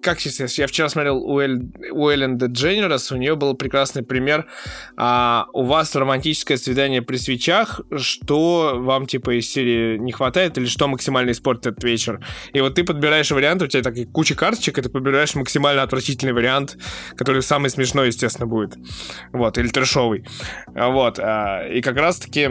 как сейчас, я вчера смотрел Уэллен Дедженерас, у нее был прекрасный пример. У вас романтическое свидание при свечах, что вам, типа, из серии не хватает, или что максимально испортит этот вечер. И вот ты подбираешь вариант, у тебя такие куча карточек, и ты подбираешь максимально отвратительный вариант, который самый смешной, естественно, будет. Вот, или трэшовый. Вот, и как раз-таки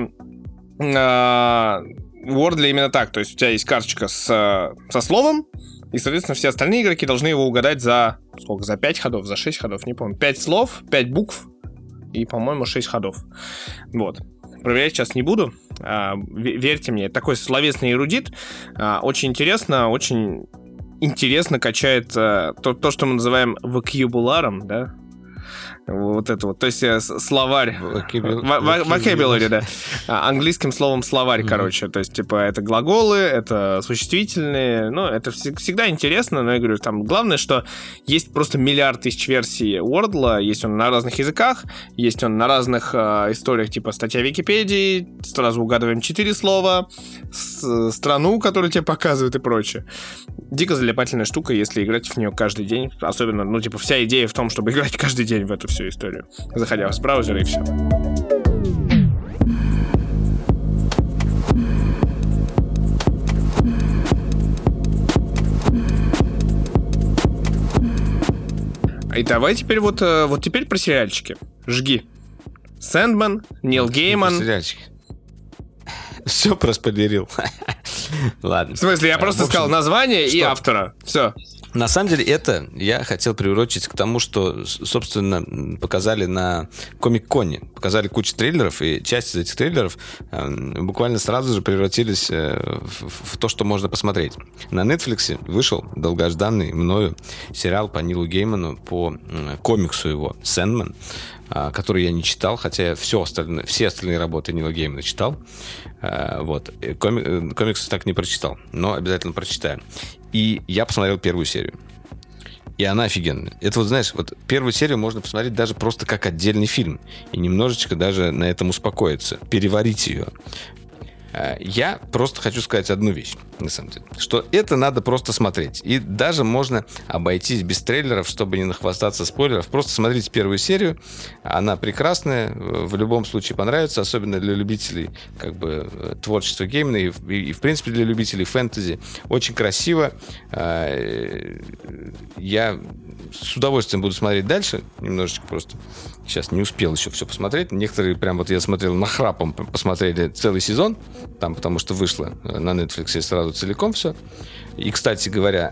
Wordle именно так, то есть у тебя есть карточка со словом, и, соответственно, все остальные игроки должны его угадать за 5 ходов, за 6 ходов, не помню. 5 слов, 5 букв и, по-моему, 6 ходов. Вот. Проверять сейчас не буду. Верьте мне, это такой словесный эрудит. Очень интересно качает то, что мы называем вокабуляром, да? Вот это вот, то есть словарь, vocabulary, да, английским словом словарь, короче, то есть, типа, это глаголы, это существительные, ну, это всегда интересно, но я говорю, там, главное, что есть просто миллиард тысяч версий Wordle, есть он на разных языках, есть он на разных историях, типа, статья в Википедии, сразу угадываем 4 слова, страну, которую тебе показывают и прочее. Дико залипательная штука, если играть в нее каждый день, особенно, ну, типа, вся идея в том, чтобы играть каждый день в эту всю историю, заходя с браузера и все. И давай теперь вот теперь про сериальчики. Жги. Сэндман, Нил Гейман. Сериальчики. Все проспойлерил. Ладно. В смысле, я просто сказал название и автора. Все. На самом деле, это я хотел приурочить к тому, что, собственно, показали на Комик-Коне. Показали кучу трейлеров, и часть из этих трейлеров буквально сразу же превратились в то, что можно посмотреть. На Netflix вышел долгожданный мною сериал по Нилу Гейману, по комиксу его «Сэндман», который я не читал, хотя все остальные работы Нила Геймана читал. Вот. Комикс так не прочитал, но обязательно прочитаю. И я посмотрел первую серию. И она офигенная. Это вот, знаешь, вот первую серию можно посмотреть даже просто как отдельный фильм. И немножечко даже на этом успокоиться. Переварить ее. Я просто хочу сказать одну вещь, на самом деле. Что это надо просто смотреть. И даже можно обойтись без трейлеров, чтобы не нахвастаться спойлеров. Просто смотрите первую серию. Она прекрасная. В любом случае понравится. Особенно для любителей как бы творчества Геймана. И в принципе для любителей фэнтези. Очень красиво. Я с удовольствием буду смотреть дальше. Немножечко просто. Сейчас не успел еще все посмотреть. Некоторые прям вот я смотрел нахрапом, посмотрели целый сезон. Там, потому что вышло на Netflix сразу целиком все. И, кстати говоря,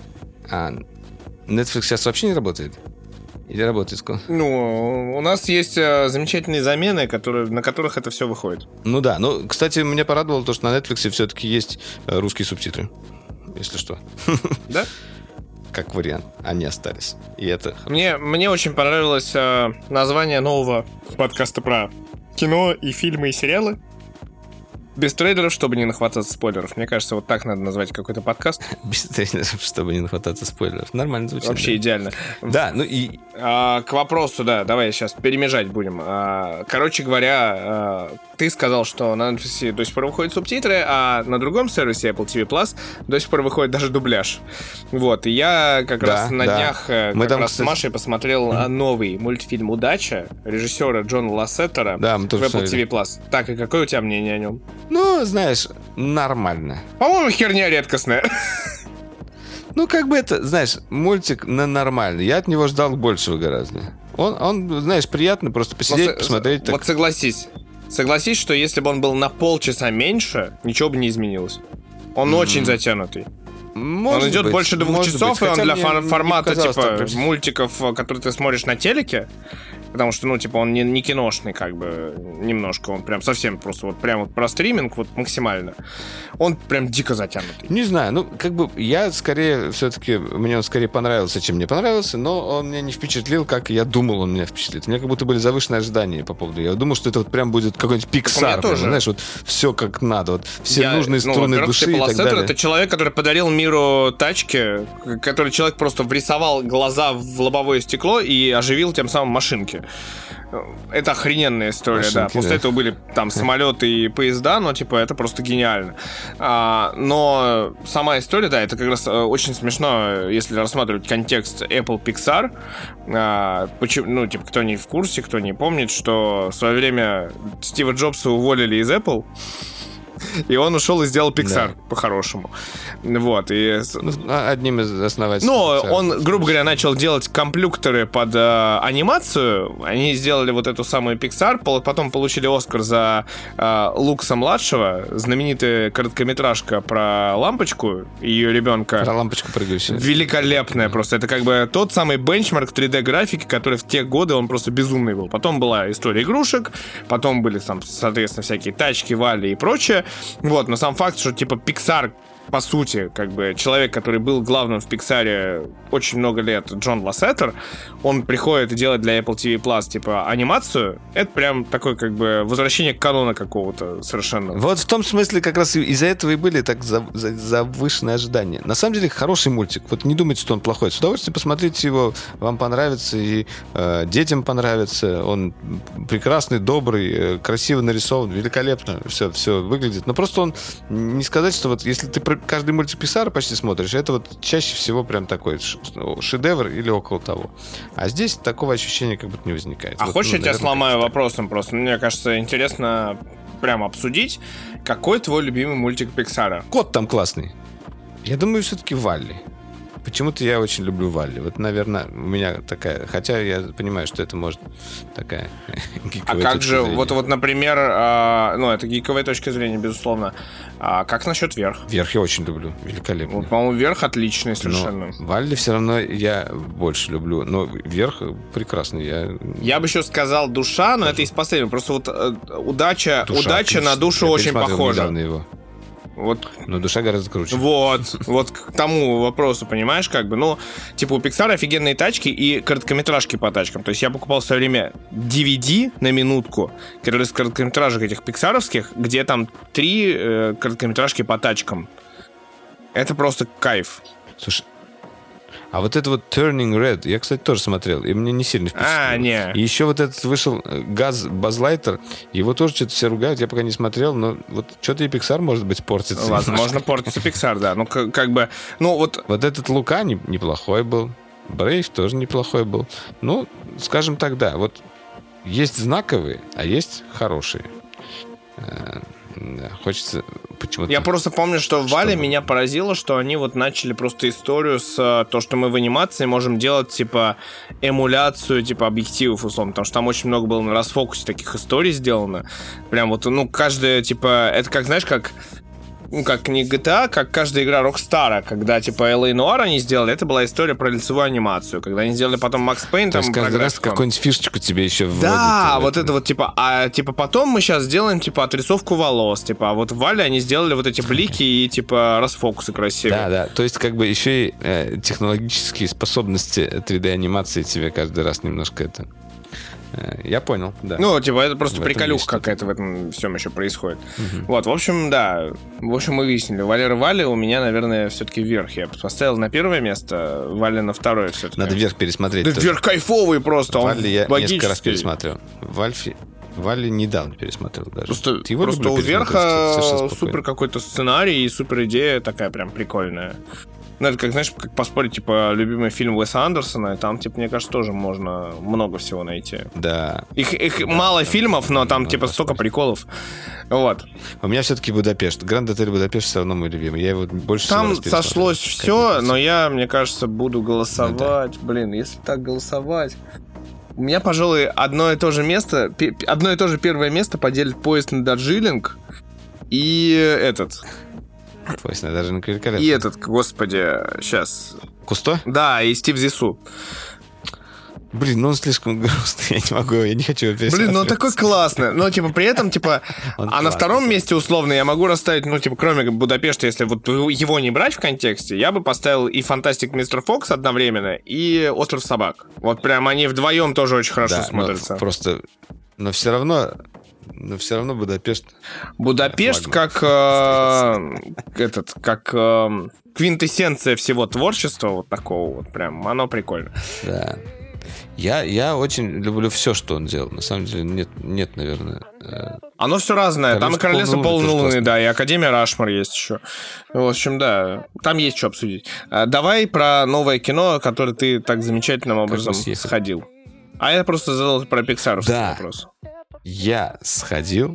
Netflix сейчас вообще не работает? Или работает? Ну, у нас есть замечательные замены, на которых это все выходит. Ну да, ну, кстати, меня порадовало то, что на Netflix все-таки есть русские субтитры. Если что. Да? Как вариант, они остались. И это... Мне очень понравилось название нового подкаста про кино и фильмы и сериалы. Без трейлеров, чтобы не нахвататься спойлеров. Мне кажется, вот так надо назвать какой-то подкаст. Без трейлеров, чтобы не нахвататься спойлеров. Нормально звучит. Вообще да. Идеально. Да, ну и... К вопросу, да, давай сейчас перемежать будем. Короче говоря, ты сказал, что на Netflix до сих пор выходят субтитры, а на другом сервисе Apple TV Plus до сих пор выходит даже дубляж. Вот, и я как раз на днях с Машей посмотрел новый мультфильм «Удача» режиссера Джона Лассетера в Apple TV Plus. Так, и какое у тебя мнение о нем? Ну, знаешь, нормально. По-моему, херня редкостная. Ну, как бы это, знаешь, мультик нормальный. Я от него ждал большего гораздо. Он, знаешь, приятно просто посидеть, посмотреть. Вот согласись, что если бы он был на полчаса меньше, ничего бы не изменилось. Он очень затянутый. Он идет больше 2 часов, и он для формата, типа, мультиков, которые ты смотришь на телеке. Потому что, ну, типа, он не киношный, как бы, немножко. Он прям совсем просто вот прям вот про стриминг, вот максимально. Он прям дико затянутый. Не знаю, ну, как бы, я скорее, все-таки, мне он скорее понравился, чем мне понравился, но он меня не впечатлил, как я думал, он меня впечатлит. У меня как будто были завышенные ожидания по поводу. Я думал, что это вот прям будет какой-нибудь Pixar, прям, знаешь, вот все как надо, вот все нужные струны души и так далее. Это человек, который подарил миру тачки, который человек просто врисовал глаза в лобовое стекло и оживил тем самым машинки. Это охрененная история, машинки, да. После этого были там самолеты и поезда, но типа это просто гениально. Но сама история, да, это как раз очень смешно, если рассматривать контекст Apple Pixar. Ну, типа, кто не в курсе, кто не помнит, что в свое время Стива Джобса уволили из Apple, и он ушел и сделал Pixar, по-хорошему. Вот, и... Одним из основателей. Ну, он, грубо говоря, начал делать компьютеры под анимацию. Они сделали вот эту самую Pixar, потом получили Оскар за Лукса-младшего, знаменитая короткометражка про лампочку и ее ребенка. Про лампочку прыгающую. Великолепная просто. Это как бы тот самый бенчмарк 3D-графики, который в те годы он просто безумный был. Потом была история игрушек, потом были там, соответственно, всякие тачки, Валли и прочее. Вот, но сам факт, что типа Pixar, по сути, как бы человек, который был главным в Пиксаре очень много лет, Джон Лассетер, он приходит и делает для Apple TV Plus, типа, анимацию, это прям такое, как бы, возвращение к канону какого-то совершенно. Вот в том смысле как раз из-за этого и были так завышенные ожидания. На самом деле, хороший мультик. Вот не думайте, что он плохой. С удовольствием посмотрите его, вам понравится, и детям понравится. Он прекрасный, добрый, красиво нарисован, великолепно все выглядит. Но просто он, не сказать, что вот если ты каждый мультик Pixar почти смотришь, это вот чаще всего прям такой шедевр или около того. А здесь такого ощущения как будто не возникает. А вот, хочешь, я тебя сломаю так. вопросом просто? Мне кажется, интересно прям обсудить, какой твой любимый мультик Pixar? Кот там классный. Я думаю, все-таки Валли. Почему-то я очень люблю Валли. Вот, наверное, у меня такая... Хотя я понимаю, что это может такая гиковая А как точка же, зрения. вот, например, ну, это гиковая точка зрения, безусловно. А как насчет Вверх? Вверх я очень люблю. Великолепно. Вот, по-моему, Вверх отличный совершенно. Но Валли все равно я больше люблю. Но Вверх прекрасный. Я бы еще сказал Душа, но это из последнего. Просто вот удача на Душу я очень похожа. Недавно его. Вот. Но Душа гораздо круче. Вот к тому вопросу, понимаешь, как бы, ну, типа у Pixar офигенные тачки и короткометражки по тачкам. То есть я покупал в свое время DVD на минутку, которые из короткометражек этих пиксаровских, где там 3 короткометражки по тачкам. Это просто кайф. Слушай, а вот это вот Turning Red, я, кстати, тоже смотрел, и мне не сильно впечатлило. Не. И еще вот этот вышел Базлайтер, его тоже что-то все ругают, я пока не смотрел, но вот что-то и Pixar, может быть, портится. Возможно, портится Pixar, да. Ну, как бы, ну, вот... Вот этот Лука неплохой был, Брейв тоже неплохой был. Ну, скажем так, да, вот есть знаковые, а есть хорошие. Да, хочется почему-то... Я просто помню, что в Вале меня поразило, что они вот начали просто историю с то, что мы в анимации можем делать, типа, эмуляцию, типа, объективов, условно, потому что там очень много было на расфокусе таких историй сделано. Прям вот, ну, каждая, типа, это как, знаешь, как... Ну, как не GTA, как каждая игра Rockstar, когда, типа, LA Noire они сделали, это была история про лицевую анимацию. Когда они сделали потом Max Payne, то там... есть каждый раз какую-нибудь фишечку тебе еще вводят. Да, вот это вот, типа, типа, потом мы сейчас сделаем, типа, отрисовку волос, типа, а вот в Вале они сделали вот эти блики и, типа, расфокусы красивые. Да, то есть, как бы, еще и технологические способности 3D-анимации тебе каждый раз немножко это... Я понял, да. Ну, типа, это просто в приколюха какая-то в этом всем еще происходит. Вот, в общем, да. В общем, мы выяснили. Валера Валли у меня, наверное, все-таки вверх. Я поставил на первое место, Валли на второе все-таки. Надо вверх пересмотреть. Да вверх кайфовый просто. Валли я несколько раз пересматривал. Валли недавно пересмотрел даже. Просто у Верха супер какой-то сценарий и супер идея такая прям прикольная. Ну, это как, знаешь, как поспорить, типа, любимый фильм Уэса Андерсона, и там, типа, мне кажется, тоже можно много всего найти. Да. Их мало фильмов, но там, типа, столько приколов. Вот. У меня все-таки Будапешт. Гранд Отель Будапешт все равно мой любимый. Я его больше всего раз пересмотрел. Там сошлось все, но я, мне кажется, буду голосовать. Ну, блин, если так голосовать... У меня, пожалуй, одно и то же первое место поделит поезд на Дарджилинг и этот... Поезд на Дарджилинг великолепно. И этот, господи, сейчас... Кусто? Да, и Стив Зису. Блин, ну он слишком грустный, я не могу, я не хочу его пересматривать. Блин, ну он такой классный. Но, типа, при этом, типа... на втором месте, условно, я могу расставить, ну, типа, кроме Будапешта, если вот его не брать в контексте, я бы поставил и Фантастик Мистер Фокс одновременно, и Остров собак. Вот прям они вдвоем тоже очень хорошо смотрятся. Просто... Но все равно Будапешт... Будапешт как квинтэссенция всего творчества вот такого вот прям, оно прикольно. Да. Я очень люблю все, что он делал. На самом деле нет, наверное... Оно все разное. Там и «Королевство полной луны», да, и «Академия Рашмор» есть еще. В общем, да, там есть что обсудить. Давай про новое кино, которое ты так замечательным образом сходил. А я просто задал про пиксаровский вопрос. Я сходил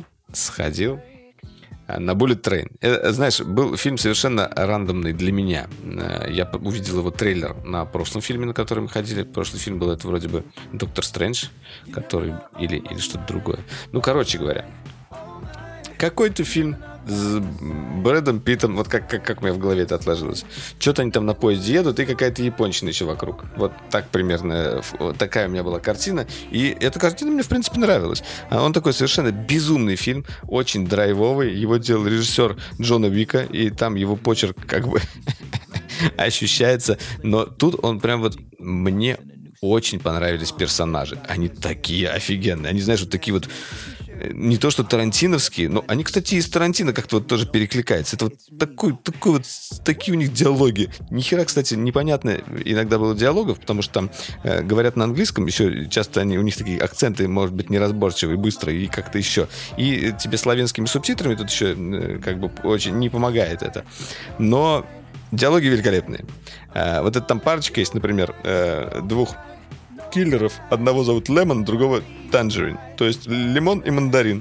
на Bullet Train. Знаешь, был фильм совершенно рандомный для меня. Я увидел его трейлер на прошлом фильме, на который мы ходили. Прошлый фильм был, это вроде бы «Доктор Стрэндж», который... Или что-то другое. Ну, короче говоря, какой-то фильм с Брэдом Питтом, вот как у меня в голове это отложилось. Что-то они там на поезде едут, и какая-то японщина еще вокруг. Вот так примерно, вот такая у меня была картина. И эта картина мне, в принципе, нравилась. Он такой совершенно безумный фильм, очень драйвовый. Его делал режиссер Джона Уика, и там его почерк как бы ощущается. Но тут он прям вот... Мне очень понравились персонажи. Они такие офигенные. Они, знаешь, вот такие вот... Не то что тарантиновские, но они, кстати, из Тарантино как-то вот тоже перекликаются. Это вот такие у них диалоги. Нихера, кстати, непонятно иногда было диалогов, потому что там говорят на английском, еще часто у них такие акценты, может быть, неразборчивые, быстрые и как-то еще. И тебе славянскими субтитрами тут еще как бы очень не помогает это. Но диалоги великолепные. Вот эта там парочка есть, например, двух киллеров. Одного зовут Лемон, другого Танжерин. То есть лимон и мандарин.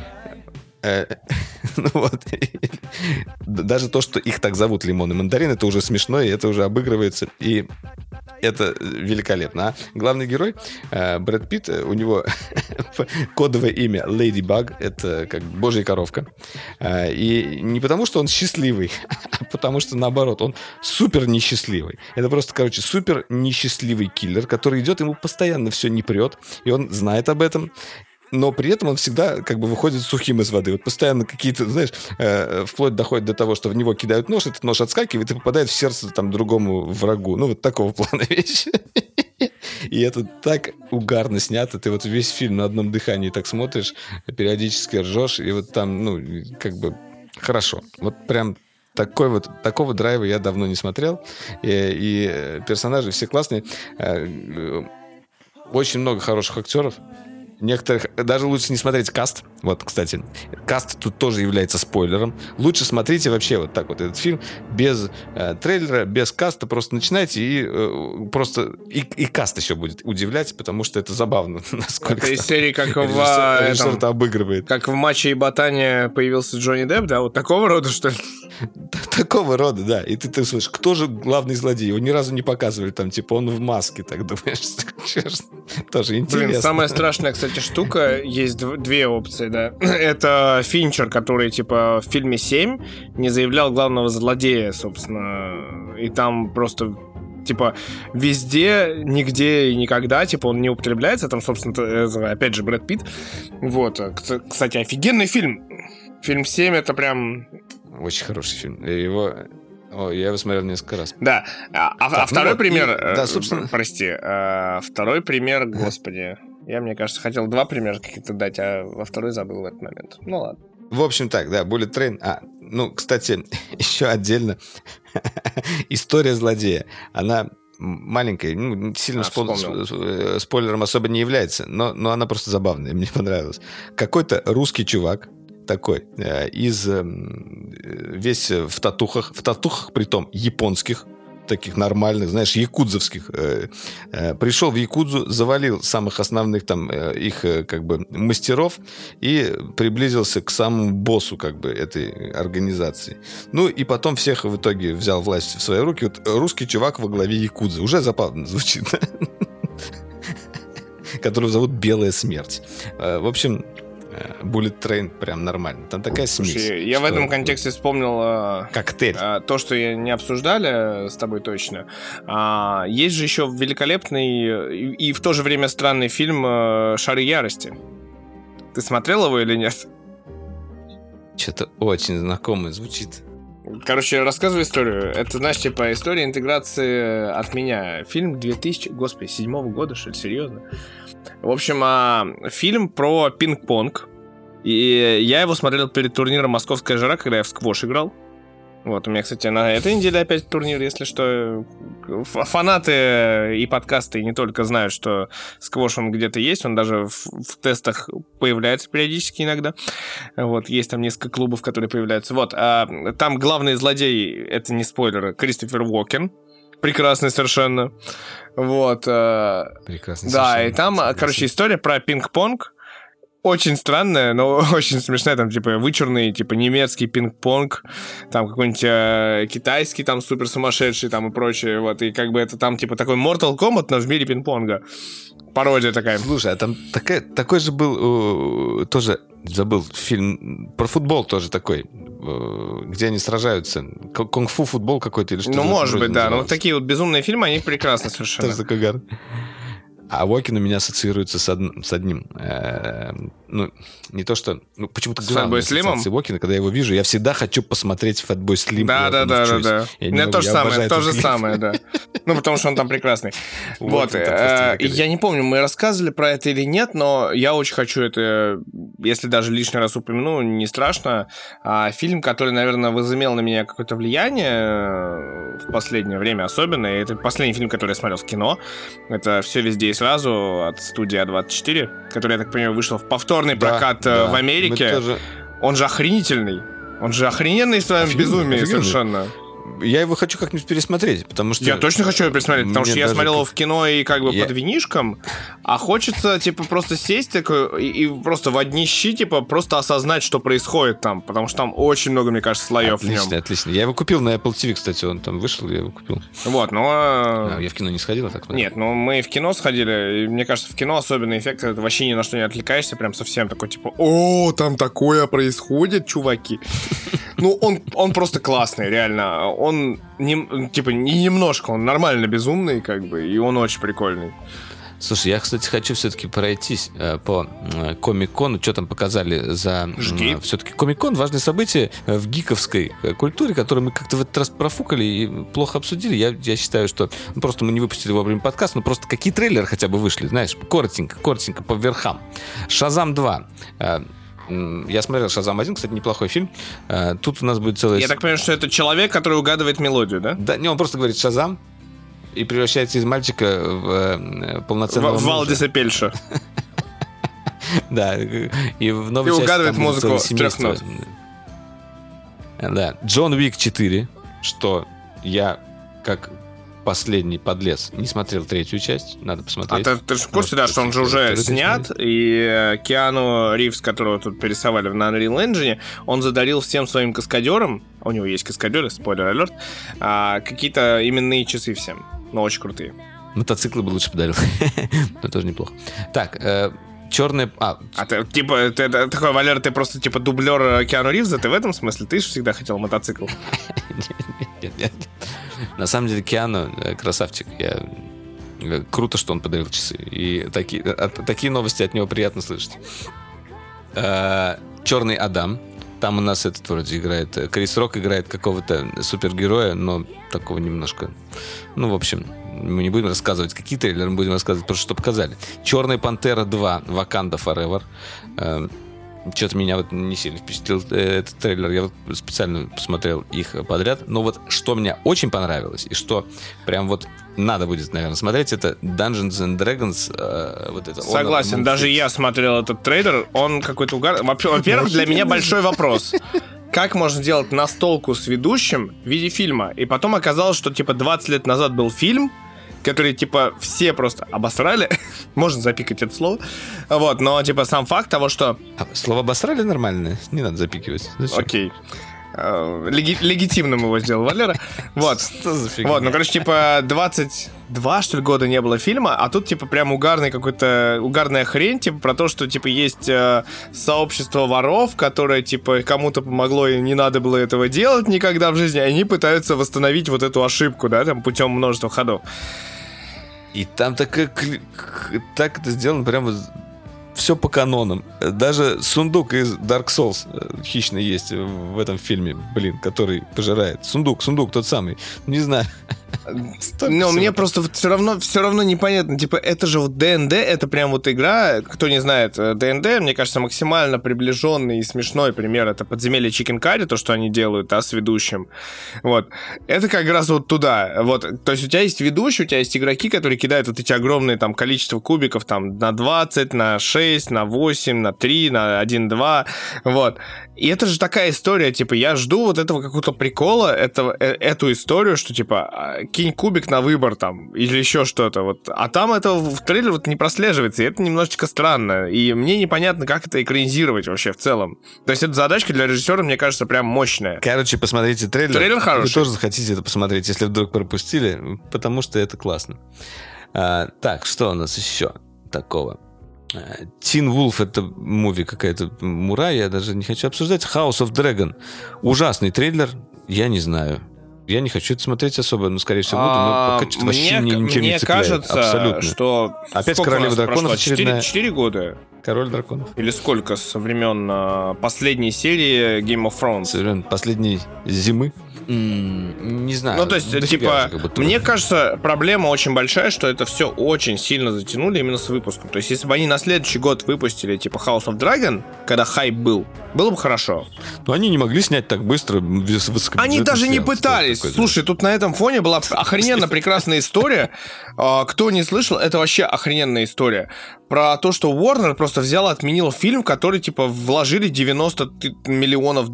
Ну вот. Даже то, что их так зовут Лимон и Мандарин, это уже смешно, и это уже обыгрывается. И это великолепно. А главный герой, Брэд Питт, у него кодовое имя Леди Баг. Это как божья коровка. И не потому, что он счастливый, а потому что, наоборот, он супер несчастливый. Это просто, короче, супер несчастливый киллер, который идет, ему постоянно все не прет, и он знает об этом. Но при этом он всегда как бы выходит сухим из воды. Вот постоянно какие-то, знаешь, вплоть доходит до того, что в него кидают нож, этот нож отскакивает и попадает в сердце там другому врагу. Ну, вот такого плана вещи. И это так угарно снято. Ты вот весь фильм на одном дыхании так смотришь, периодически ржешь, и вот там, ну, как бы хорошо. Вот прям такого драйва я давно не смотрел. И персонажи все классные. Очень много хороших актеров. Некоторых... Даже лучше не смотреть каст. Вот, кстати, каст тут тоже является спойлером. Лучше смотрите вообще вот так вот этот фильм без трейлера, без каста. Просто начинайте и просто... И каст еще будет удивлять, потому что это забавно. Насколько это из серии, как режиссер это обыгрывает. Как в «Матче и ботане» появился Джонни Депп, да? Вот такого рода, что ли? Такого рода, да. И ты слышишь, кто же главный злодей? Его ни разу не показывали. Там, типа, он в маске, так думаешь. Тоже интересно. Блин, самая страшная, кстати, штука, есть две опции, да. Это Финчер, который, типа, в фильме «7» не заявлял главного злодея, собственно, и там просто, типа, везде, нигде и никогда, типа, он не употребляется, там, собственно, опять же, Брэд Питт. Вот, кстати, офигенный фильм. Фильм «7» это прям... Очень хороший фильм. Я его смотрел несколько раз. Да. Второй пример... Да, собственно... Прости. Второй пример, господи... Я, мне кажется, хотел два примера какие-то дать, а во второй забыл в этот момент. Ну, ладно. В общем, так, да, Bullet Train. Ну, кстати, еще отдельно история злодея. Она маленькая, ну, сильно спойлером особо не является, но она просто забавная, мне понравилась. Какой-то русский чувак, такой, весь в татухах, притом японских, таких нормальных, знаешь, якудзовских. Пришел в якудзу, завалил самых основных там их как бы мастеров и приблизился к самому боссу как бы этой организации. Ну и потом всех в итоге взял власть в свои руки. Вот русский чувак во главе якудзы. Уже забавно звучит. Которого зовут Белая Смерть. В общем... Bullet Train прям нормально. Там такая смесь. Слушай, я в этом контексте вспомнил коктейль. То, что не обсуждали с тобой точно. Есть же еще великолепный и в то же время странный фильм «Шары ярости». Ты смотрел его или нет? Что-то очень знакомое звучит. Короче, рассказывай историю. Это, знаешь, типа история интеграции от меня. Фильм 2007 года, что ли, серьезно? В общем, фильм про пинг-понг. И я его смотрел перед турниром «Московская жара», когда я в сквош играл. Вот, у меня, кстати, на этой неделе опять турнир, если что. Фанаты и подкасты не только знают, что сквош он где-то есть, он даже в тестах появляется периодически иногда. Вот, есть там несколько клубов, которые появляются. Вот, там главный злодей, это не спойлер, Кристофер Уокен. Прекрасный совершенно. Вот. Прекрасный да, совершенно. И там, короче, история про пинг-понг. Очень странная, но очень смешная. Там, типа, вычурный, типа, немецкий пинг-понг. Там какой-нибудь китайский, там, супер сумасшедший, там, и прочее. Вот, и как бы это там, типа, такой Mortal Kombat, но в мире пинг-понга. Пародия такая. Слушай, а там такой же был, тоже забыл, фильм про футбол тоже такой, где они сражаются. Кунг-фу футбол какой-то или что-то. Ну, может быть, да. Называлось. Но вот такие вот безумные фильмы, они прекрасны совершенно. Тоже такой гад. А Уокен у меня ассоциируется с одним. Ну, не то что... Ну, почему-то главная ассоциация Уокена, когда я его вижу, я всегда хочу посмотреть «Фэтбой Слим». Да. У меня то же самое, да. Ну, потому что он там прекрасный. Вот. Я не помню, мы рассказывали про это или нет, но я очень хочу это, если даже лишний раз упомяну, не страшно. Фильм, который, наверное, возымел на меня какое-то влияние в последнее время особенно, и это последний фильм, который я смотрел в кино. Это «Все везде и сразу» от студии А24, который, я так понимаю, вышел в повторный прокат в Америке. Он же охренительный. Он же охрененный в своем безумии совершенно. Я его хочу как-нибудь пересмотреть, потому что... Я точно хочу его пересмотреть, потому что я смотрел его в кино и как бы под винишком, а хочется, типа, просто сесть такой и просто в одни щи, типа, просто осознать, что происходит там, потому что там очень много, мне кажется, слоев в нем. Отлично. Я его купил на Apple TV, кстати, он там вышел, я его купил. Вот, но... Я в кино не сходил, а так смотрел. Нет, ну мы в кино сходили, и мне кажется, в кино особенный эффект, это вообще ни на что не отвлекаешься, прям совсем такой, типа, о, там такое происходит, чуваки. Ну, он просто классный, реально. Он, типа, не немножко, он нормально безумный, как бы, и он очень прикольный. Слушай, я, кстати, хочу все-таки пройтись по Комик-кону. Что там показали за... Жги. Все-таки Комик-кон — важное событие в гиковской культуре, которое мы как-то в этот раз профукали и плохо обсудили. Я считаю, что просто мы не выпустили во время подкаста, но просто какие трейлеры хотя бы вышли, знаешь, коротенько, по верхам. «Шазам 2». Я смотрел «Шазам 1», кстати, неплохой фильм. Тут у нас будет целая... Я так понимаю, что это человек, который угадывает мелодию, да? Да, не, он просто говорит «Шазам» и превращается из мальчика в полноценного мужа. Валдиса Пельша. Да, и в новой части... И угадывает музыку с 3 нот. Да, «Джон Уик 4», что я, как последний подлец, не смотрел 3-ю часть, надо посмотреть. А ты же в курсе, да, что он же уже снят, и Киану Ривз, которого тут перерисовали на Unreal Engine, он задарил всем своим каскадерам, у него есть каскадеры, спойлер-алерт, какие-то именные часы всем, но очень крутые. Мотоциклы бы лучше подарил, но тоже неплохо. Так, черная... ты, типа, ты такой, Валера, ты просто, типа, дублер Киану Ривза, ты в этом смысле? Ты же всегда хотел мотоцикл. Нет. На самом деле Киану красавчик. Круто, что он подарил часы. И такие новости от него приятно слышать. «Черный Адам». Там у нас этот вроде играет... Крис Рок играет какого-то супергероя, но такого немножко... Ну, в общем, мы не будем рассказывать, какие трейлеры, мы будем рассказывать просто, что показали. «Черная пантера 2. Wakanda Forever». Что-то меня вот не сильно впечатлил этот трейлер. Я вот специально посмотрел их подряд. Но вот что мне очень понравилось, и что прям вот надо будет, наверное, смотреть, это Dungeons and Dragons. Вот это. Согласен, даже я смотрел этот трейлер. Он какой-то угар... Во-первых, для меня большой вопрос. Как можно делать настолку с ведущим в виде фильма? И потом оказалось, что типа 20 лет назад был фильм, который, типа, все просто обосрали. Можно запикать это слово. Вот, но, типа, сам факт того, что... Слово «обосрали» нормальное? Не надо запикивать. Зачем? Окей. Легитимным его сделал Валера. Вот. Что за фигня? Вот, ну, короче, типа, 22, что ли, года не было фильма, а тут, типа, прям угарная хрень, типа, про то, что, типа, есть сообщество воров, которое, типа, кому-то помогло и не надо было этого делать никогда в жизни, и они пытаются восстановить вот эту ошибку, да, там, путем множества ходов. И там так это сделано прямо все по канонам. Даже сундук из Dark Souls хищный есть в этом фильме, который пожирает. Сундук, тот самый. Не знаю. Но мне просто все равно непонятно. Типа, это же вот ДНД, это прям вот игра. Кто не знает, ДНД, мне кажется, максимально приближенный и смешной пример. Это подземелье Chicken Curry, то, что они делают, да, с ведущим. Вот. Это как раз вот туда. Вот. То есть у тебя есть ведущий, у тебя есть игроки, которые кидают вот эти огромные там количество кубиков там на 20, на 6, на 8, на 3, на 1, 2. Вот. И это же такая история, типа, я жду вот этого какого-то прикола, эту историю, что, типа, кинь кубик на выбор там, или еще что-то, вот. А там это в трейлере вот не прослеживается, и это немножечко странно. И мне непонятно, как это экранизировать вообще в целом. То есть эта задачка для режиссера, мне кажется, прям мощная. Короче, посмотрите трейлер. Трейлер хороший. Вы тоже захотите это посмотреть, если вдруг пропустили, потому что это классно. Так, что у нас еще такого? Teen Wolf — это муви какая-то мура, я даже не хочу обсуждать. House of Dragon. Ужасный трейлер, я не знаю. Я не хочу это смотреть особо, но, скорее всего, буду, но пока что вообще ничего не цепляет. Мне кажется, абсолютно. что... Опять Королева драконов очередная. 4 года. Король драконов. Или сколько со времен последней серии Game of Thrones? Со времен последней зимы. Не знаю. Ну, то есть, типа, мне кажется, проблема очень большая, что это все очень сильно затянули именно с выпуском. То есть, если бы они на следующий год выпустили, типа, House of Dragon, когда хайп было бы хорошо. Но они не могли снять так быстро. Они даже не пытались. Слушай, тут на этом фоне была охрененно прекрасная история. Кто не слышал, это вообще охрененная история. Про то, что Warner просто взял и отменил фильм, в который, типа, вложили $90 миллионов.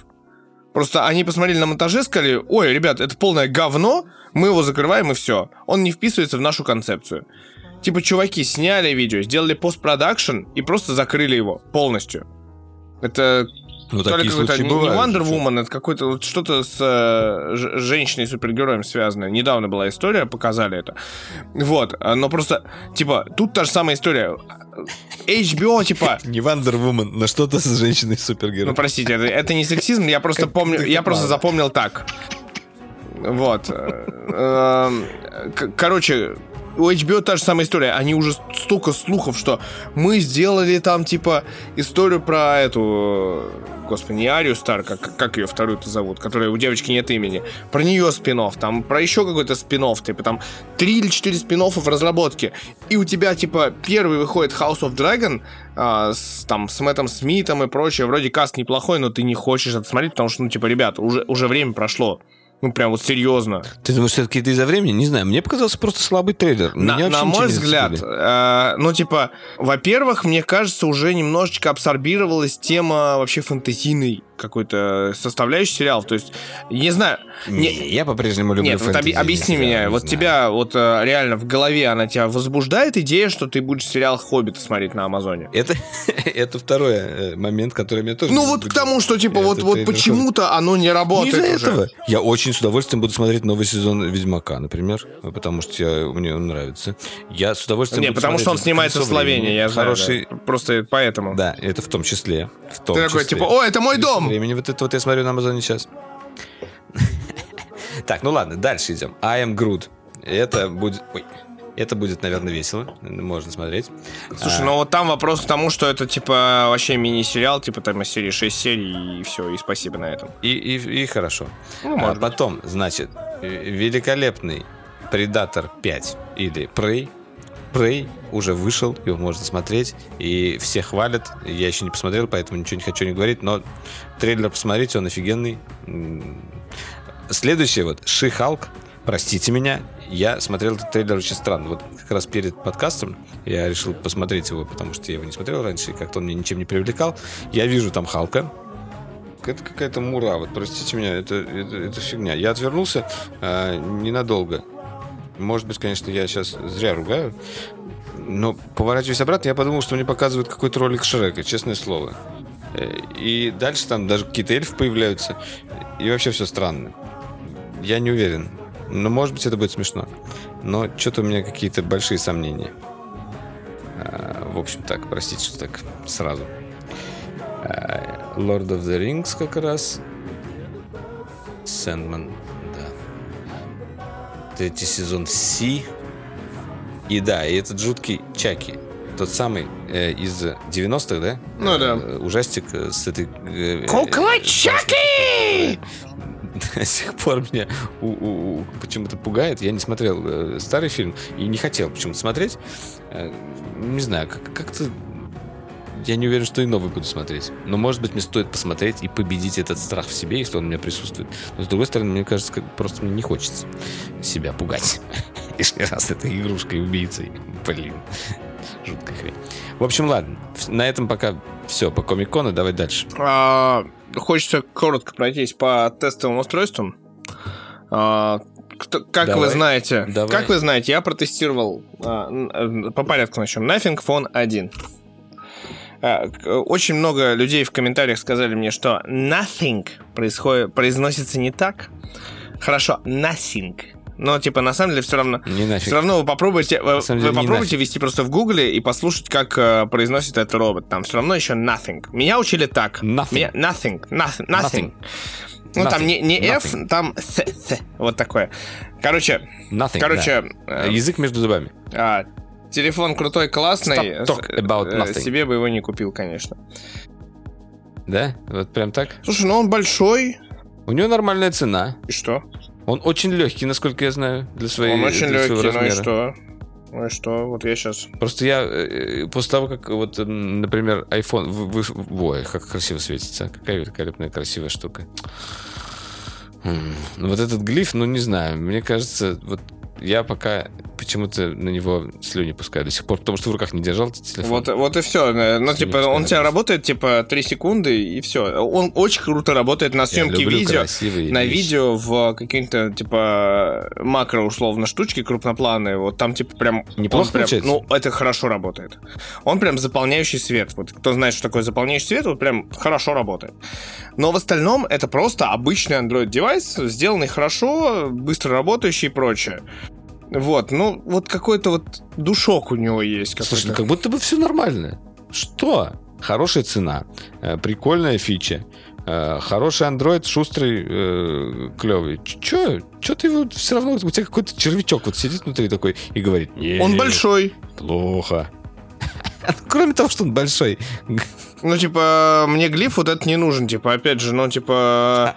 Просто они посмотрели на монтаже и сказали: ой, ребят, это полное говно, мы его закрываем и все. Он не вписывается в нашу концепцию. Типа, чуваки сняли видео, сделали постпродакшн и просто закрыли его полностью. Это... Ну, такие случаи бывают. Не Wonder Woman, это какое-то вот что-то с женщиной-супергероем связанное. Недавно была история, показали это. Вот, но просто, типа, тут та же самая история. HBO, типа... Не Wonder Woman, но что-то с женщиной-супергероем. Ну, простите, это не сексизм, я просто помню, я просто запомнил так. Вот. Короче... У HBO та же самая история. Они уже столько слухов, что мы сделали там, типа, историю про эту... Господи, не Арию Стар, как ее вторую-то зовут, которая у девочки нет имени. Про нее спин-офф, там, про еще какой-то спин-офф, типа, там, 3 или 4 спин-оффа в разработке. И у тебя, типа, первый выходит House of Dragon, с Мэттом Смитом и прочее. Вроде каст неплохой, но ты не хочешь это смотреть, потому что, ну, типа, ребята, уже время прошло. Ну, прям вот серьезно. Ты думаешь, что это какие-то из-за времени? Не знаю, мне показался просто слабый трейлер. На мой взгляд, ну, типа, во-первых, мне кажется, уже немножечко абсорбировалась тема вообще фэнтезийной какой-то составляющей сериалов. То есть, не знаю... Я по-прежнему люблю фэнтези. Нет, вот объясни меня. Вот тебя вот реально в голове, она тебя возбуждает идея, что ты будешь сериал «Хоббита» смотреть на Амазоне? Это второй момент, который меня тоже... Ну, вот к тому, что, типа, вот почему-то оно не работает уже. Не из-за этого. Я очень с удовольствием буду смотреть новый сезон «Ведьмака», например, потому что мне он нравится. Я с удовольствием буду потому смотреть... что он снимается в Словении, я знаю. Хороший... Да. Просто поэтому. Да, это в том числе. Ты такой, типа, о, это мой дом! Времени вот это вот я смотрю на Амазоне сейчас. Так, ну ладно, дальше идем. I am Groot. Это будет, наверное, весело. Можно смотреть. Слушай, ну вот там вопрос к тому, что это, типа, вообще мини-сериал, типа, там из серии 6 серий, и все, и спасибо на этом. И хорошо. Ну, потом, значит, великолепный Predator 5 или Prey. Prey уже вышел, его можно смотреть, и все хвалят. Я еще не посмотрел, поэтому ничего не хочу не говорить, но трейлер посмотрите, он офигенный. Следующее, вот, She-Hulk. Простите меня, я смотрел этот трейлер очень странно. Вот как раз перед подкастом я решил посмотреть его, потому что я его не смотрел раньше, и как-то он меня ничем не привлекал. Я вижу там Халка. Это какая-то мура, вот простите меня, это фигня. Я отвернулся ненадолго. Может быть, конечно, я сейчас зря ругаю, но поворачиваясь обратно, я подумал, что мне показывают какой-то ролик Шрека, честное слово. И дальше там даже какие-то эльфы появляются, и вообще все странно. Я не уверен. Но, может быть, это будет смешно. Но что-то у меня какие-то большие сомнения. В общем, так, простите, что так сразу. Lord of the Rings как раз. Сэндман, да. 3-й сезон Си. И да, и этот жуткий Чаки. Тот самый, из 90-х, да? Ну да. Ужастик с этой... Кукла Чаки! До сих пор меня почему-то пугает. Я не смотрел старый фильм и не хотел почему-то смотреть. Не знаю, как-то... Я не уверен, что и новый буду смотреть. Но, может быть, мне стоит посмотреть и победить этот страх в себе, если он у меня присутствует. Но, с другой стороны, мне кажется, просто мне не хочется себя пугать лишний раз этой игрушкой-убийцей. Блин, жуткая хрень. В общем, ладно. На этом пока все по Комик-Кону. Давай дальше. Хочется коротко пройтись по тестовым устройствам. Как вы знаете, я протестировал по порядку начнем. Nothing Phone 1. Очень много людей в комментариях сказали мне, что nothing произносится не так. Хорошо, nothing. Но, типа, на самом деле, все равно вы попробуйте ввести просто в гугле и послушать, как произносит этот робот. Там все равно еще nothing. Меня учили так. Nothing. Ну, там не F, там Th. Вот такое. Короче, язык между зубами. Телефон крутой, классный. Stop Себе бы его не купил, конечно. Да? Вот прям так? Слушай, он большой. У него нормальная цена. И что? Он очень легкий, насколько я знаю, для своего размера. Он очень легкий, ну и что? Ну и что? Вот я сейчас... Просто я после того, как вот, например, iPhone... Ой, как красиво светится. Какая великолепная, красивая штука. Вот этот глиф, не знаю. Мне кажется, вот я пока почему-то на него слюни пускаю до сих пор, потому что в руках не держал этот телефон. Вот и все. Ну, типа, он у тебя работает, 3 секунды, и все. Он очень круто работает на съемке видео. На видео в какие-то, макро, условно, штучки крупноплановые. Вот там, прям... Неплохо получается? Ну, это хорошо работает. Он прям заполняющий свет. Вот кто знает, что такое заполняющий свет, вот прям хорошо работает. Но в остальном это просто обычный Android-девайс, сделанный хорошо, быстро работающий и прочее. Вот, вот какой-то вот душок у него есть. Слушай, как будто бы все нормально. Что? Хорошая цена, прикольная фича, хороший Android, шустрый, клевый. Че ты его все равно... У тебя какой-то червячок вот сидит внутри такой и говорит... Он большой. Плохо. Кроме того, что он большой. Мне глиф вот этот не нужен, опять же, камера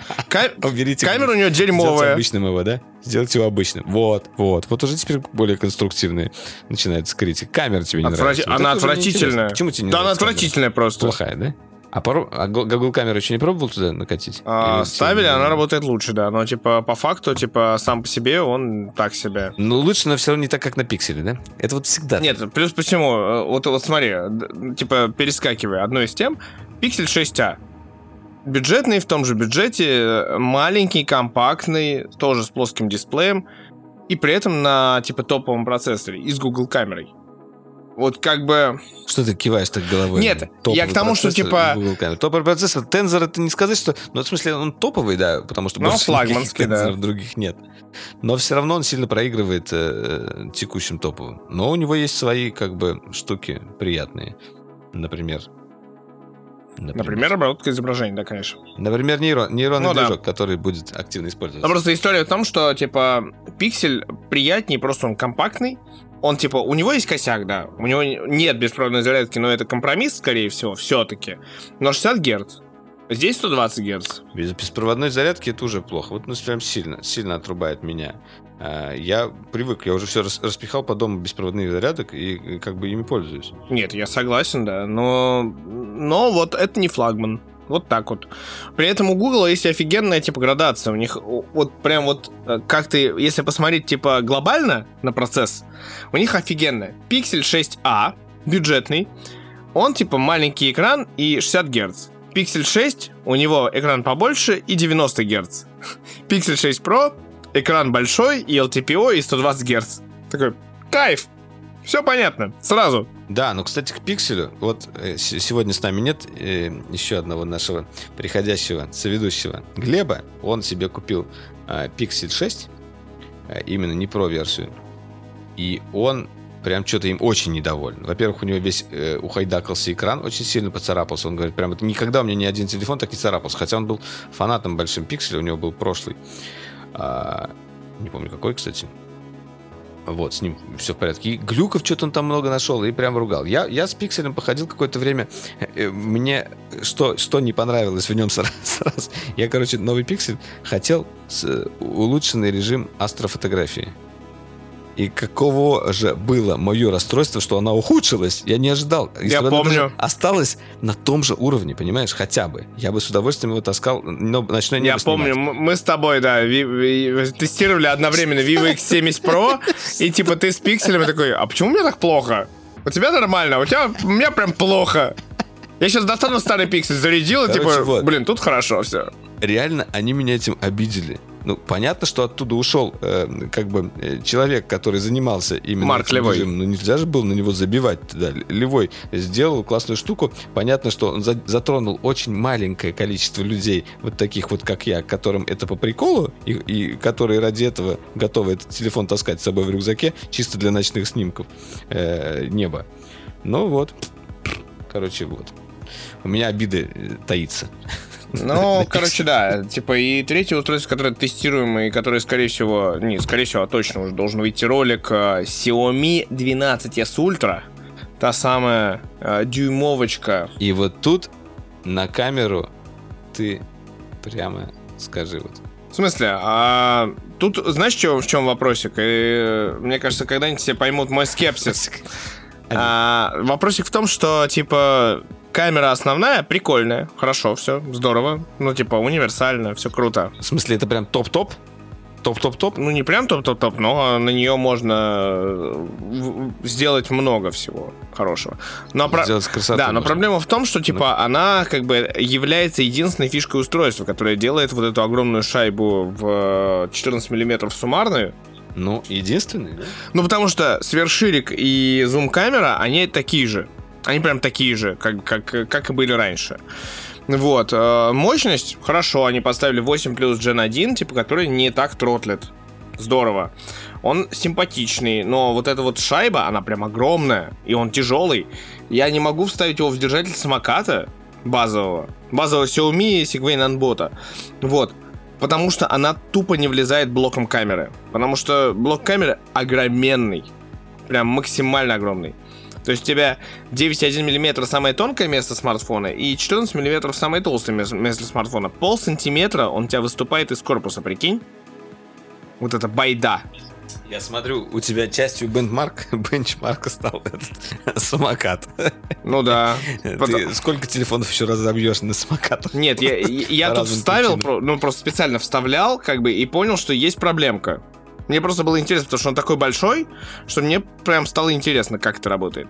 у него дерьмовая. Сделайте обычным его, да? Сделайте его обычным. Вот уже теперь более конструктивные начинается критика. Камера тебе не нравится. Она отвратительная. Почему тебе не нравится? Да, она отвратительная просто. Плохая, да? А Google камеру еще не пробовал туда накатить? Ставили, она работает лучше, да. Но, по факту, сам по себе он так себе. Ну, лучше, но все равно не так, как на пикселе, да? Это вот всегда. Нет, плюс почему? Вот смотри, перескакивая одной из тем, Pixel 6a. Бюджетный, в том же бюджете, маленький, компактный, тоже с плоским дисплеем, и при этом на, топовом процессоре и с Google камерой. Вот как бы... Что ты киваешь так головой? Нет, я к тому, что топовый процессор, Tensor, это не сказать, что... Ну, в смысле, он топовый, да, потому что больше флагманский, да. Других нет. Но все равно он сильно проигрывает текущим топовым. Но у него есть свои, штуки приятные. Например, обработка изображений, да, конечно. Например, нейронный движок, который будет активно использоваться. Просто история в том, что, Pixel приятнее, просто он компактный. Он, у него есть косяк, да. У него нет беспроводной зарядки, но это компромисс, скорее всего, все-таки. Но 60 Гц. Здесь 120 Гц. Без беспроводной зарядки это уже плохо. Вот, прям сильно отрубает меня. Я привык, я уже все распихал по дому беспроводных зарядок и ими пользуюсь. Нет, я согласен, да. Но вот это не флагман. Вот так вот. При этом у Google есть офигенная градация. У них если посмотреть глобально на процесс, у них офигенная. Pixel 6a, бюджетный, он маленький экран и 60 Гц. Pixel 6, у него экран побольше и 90 Гц. Pixel 6 Pro, экран большой и LTPO и 120 Гц. Такой, кайф! Все понятно, сразу. Да, но, кстати, к пикселю, вот сегодня с нами нет еще одного нашего приходящего соведущего Глеба. Он себе купил Pixel 6, именно не Pro-версию, и он прям что-то им очень недоволен. Во-первых, у него весь ухайдакался экран, очень сильно поцарапался. Он говорит, прям это никогда у меня ни один телефон так не царапался. Хотя он был фанатом большим Pixel, у него был прошлый. Не помню какой, кстати. Вот, с ним все в порядке. И глюков что-то он там много нашел и прям ругал. Я с пикселем походил какое-то время. Мне что не понравилось в нем сразу. Я, короче, новый пиксель хотел с улучшенный режим астрофотографии. И каково же было мое расстройство, что она ухудшилась. Я не ожидал. Я помню. Осталась на том же уровне, понимаешь, хотя бы. Я бы с удовольствием его таскал, но ночное небо Я помню, снимать. мы с тобой, да, тестировали одновременно Vivo X70 Pro, и типа ты с пикселем такой, а почему у меня так плохо? У тебя нормально, у меня прям плохо. Я сейчас достану старый пиксель, зарядил, и типа, вот. Блин, тут хорошо все. Реально, они меня этим обидели. Ну, понятно, что оттуда ушел человек, который занимался именно Марк этим Левой. режимом. Ну, нельзя же было на него забивать. Да. Левой сделал классную штуку. Понятно, что он затронул очень маленькое количество людей, вот таких вот, как я, которым это по приколу, и которые ради этого готовы этот телефон таскать с собой в рюкзаке, чисто для ночных снимков неба. Ну вот. Короче, вот. У меня обиды таится. Ну, короче, да. Типа, и третье устройство, которое тестируемо, и которое, скорее всего, точно уже должен выйти ролик, Xiaomi 12s Ultra. Та самая дюймовочка. И вот тут на камеру ты прямо скажи вот. В смысле? Тут, знаешь, в чем вопросик? И, мне кажется, когда-нибудь все поймут мой скепсис. Вопросик в том, что, типа, камера основная прикольная, хорошо, все, здорово. Ну, типа, универсально, все круто. В смысле, это прям топ-топ? Топ-топ-топ? Ну, не прям топ-топ-топ, но на нее можно сделать много всего хорошего. Сделать красоту. Да, но проблема в том, что, типа, она как бы является единственной фишкой устройства, которая делает вот эту огромную шайбу в 14 мм суммарную. Ну, единственный, да? Ну, потому что сверхширик и зум-камера, они такие же. Они прям такие же, как и были раньше. Вот. Мощность, хорошо, они поставили 8 плюс Gen 1, типа, который не так тротлит. Здорово. Он симпатичный, но вот эта вот шайба, она прям огромная, и он тяжелый. Я не могу вставить его в держатель самоката базового Xiaomi Sigway Nanbot. Вот. Потому что она тупо не влезает блоком камеры. Потому что блок камеры огроменный. Прям максимально огромный. То есть у тебя 9,1 мм самое тонкое место смартфона и 14 мм самое толстое место смартфона. Полсантиметра он у тебя выступает из корпуса, прикинь? Вот это байда. Я смотрю, у тебя частью бенчмарка стал этот самокат. Ну да. Ты сколько телефонов еще разобьешь на самокатах? Нет, я тут вставил, просто специально вставлял, как бы, и понял, что есть проблемка. Мне просто было интересно, потому что он такой большой, что мне прям стало интересно, как это работает.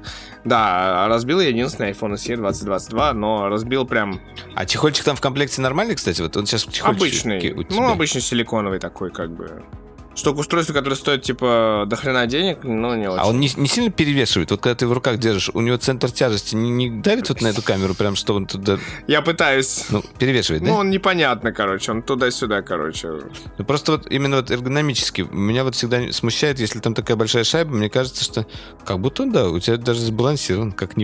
Да, разбил я единственный iPhone SE 2022, но разбил прям... А чехольчик там в комплекте нормальный, кстати? Вот он сейчас чехольчик обычный. у тебя. Ну, обычный силиконовый такой, как бы... Что к устройству, которое стоит, типа, до хрена денег, ну, не очень. А он не сильно перевешивает? Вот когда ты в руках держишь, у него центр тяжести не давит вот на эту камеру, прям что он туда... Я пытаюсь. Ну, перевешивает, да? Ну, он непонятно, короче, он туда-сюда, короче. Ну, просто вот именно вот эргономически меня вот всегда смущает, если там такая большая шайба, мне кажется, что как будто, да, у тебя даже сбалансирован, как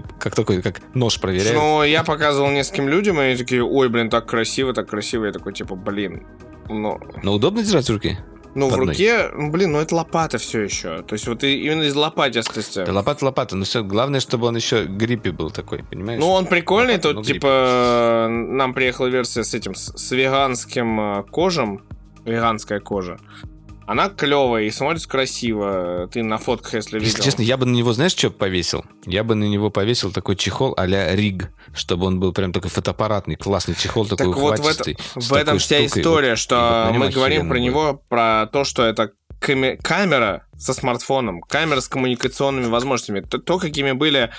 нож проверяет. Ну, я показывал нескольким людям, и они такие, ой, блин, так красиво. Я такой, типа, блин. Но удобно держать в руке? Ну, в руке, блин, это лопата все еще. То есть вот именно из лопатистости. Да, лопата, но все, главное, чтобы он еще гриппи был такой, понимаешь? Ну, он прикольный, лопата, тут, типа, нам приехала версия с этим, с веганским кожем, веганская кожа. Она клевая и смотрится красиво. Ты на фотках, если видел. Если честно, я бы на него, знаешь, что повесил? Я бы на него повесил такой чехол а-ля Риг, чтобы он был прям такой фотоаппаратный, классный чехол, такой ухватистый. В этом вся история, что мы говорим про него, про то, что это камера со смартфоном, камера с коммуникационными возможностями. То какими были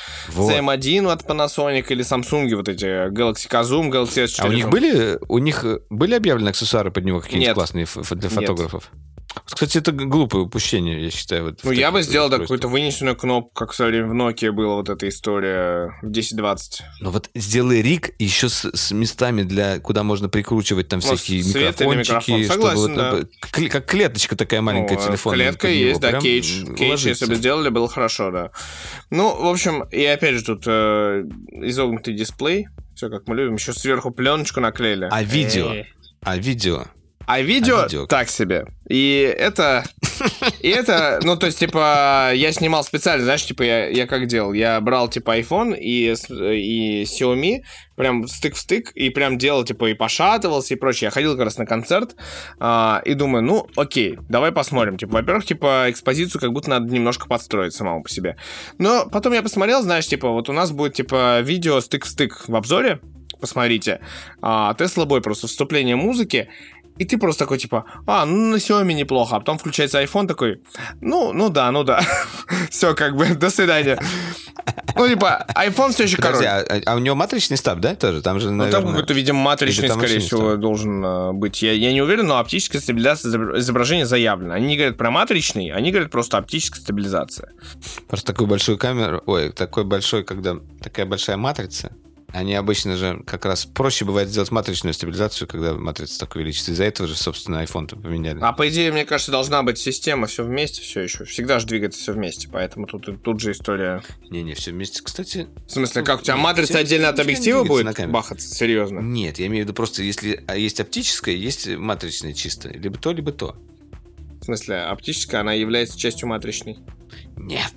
CM1 от Panasonic или Samsung, вот эти Galaxy Zoom, Galaxy S4. А у них были объявлены аксессуары под него какие-нибудь классные для фотографов? Кстати, это глупое упущение, я считаю. Вот ну, я бы сделал какую-то вынесенную кнопку, как в свое время в Nokia была вот эта история в 1020. Ну вот сделай риг еще с местами, куда можно прикручивать там всякие микрофончики. Согласен, да. Как клеточка такая маленькая телефонная. Клетка есть, да, кейдж, если бы сделали, было хорошо, да. Ну, в общем, и опять же тут изогнутый дисплей, все как мы любим, еще сверху пленочку наклеили. А видео? А видео так себе. И это И это, ну, то есть, типа, я снимал специально, знаешь, типа, я как делал? Я брал, типа, iPhone и Xiaomi, прям стык в стык, и прям делал, типа, и пошатывался, и прочее. Я ходил как раз на концерт, и думаю, ну, окей, давай посмотрим. Типа, во-первых, типа, экспозицию как будто надо немножко подстроить самому по себе. Но потом я посмотрел, знаешь, типа, вот у нас будет, типа, видео стык в стык в обзоре, посмотрите. Tesla Boy, просто вступление музыки. И ты просто такой, типа, ну на Xiaomi неплохо. А потом включается iPhone такой, ну да. Все, как бы, до свидания. Ну, типа, iPhone все еще король. А у него матричный стаб, да, тоже? Там же, наверное... там какой-то, видимо, матричный, скорее всего, должен быть. Я не уверен, но оптическая стабилизация изображения заявлена. Они не говорят про матричный, они говорят просто оптическая стабилизация. Просто такую большую камеру... такой большой, когда такая большая матрица... Они обычно же как раз проще бывает сделать матричную стабилизацию, когда матрица так увеличится. Из-за этого же, собственно, iPhone-то поменяли. А по идее, мне кажется, должна быть система все вместе, все еще. Всегда же двигается все вместе, поэтому тут же история... Не, все вместе, кстати... В смысле, как у тебя матрица отдельно от объектива будет бахаться? Серьезно? Нет, я имею в виду просто, если есть оптическая, есть матричная чисто. Либо то, либо то. В смысле, оптическая, она является частью матричной? Нет.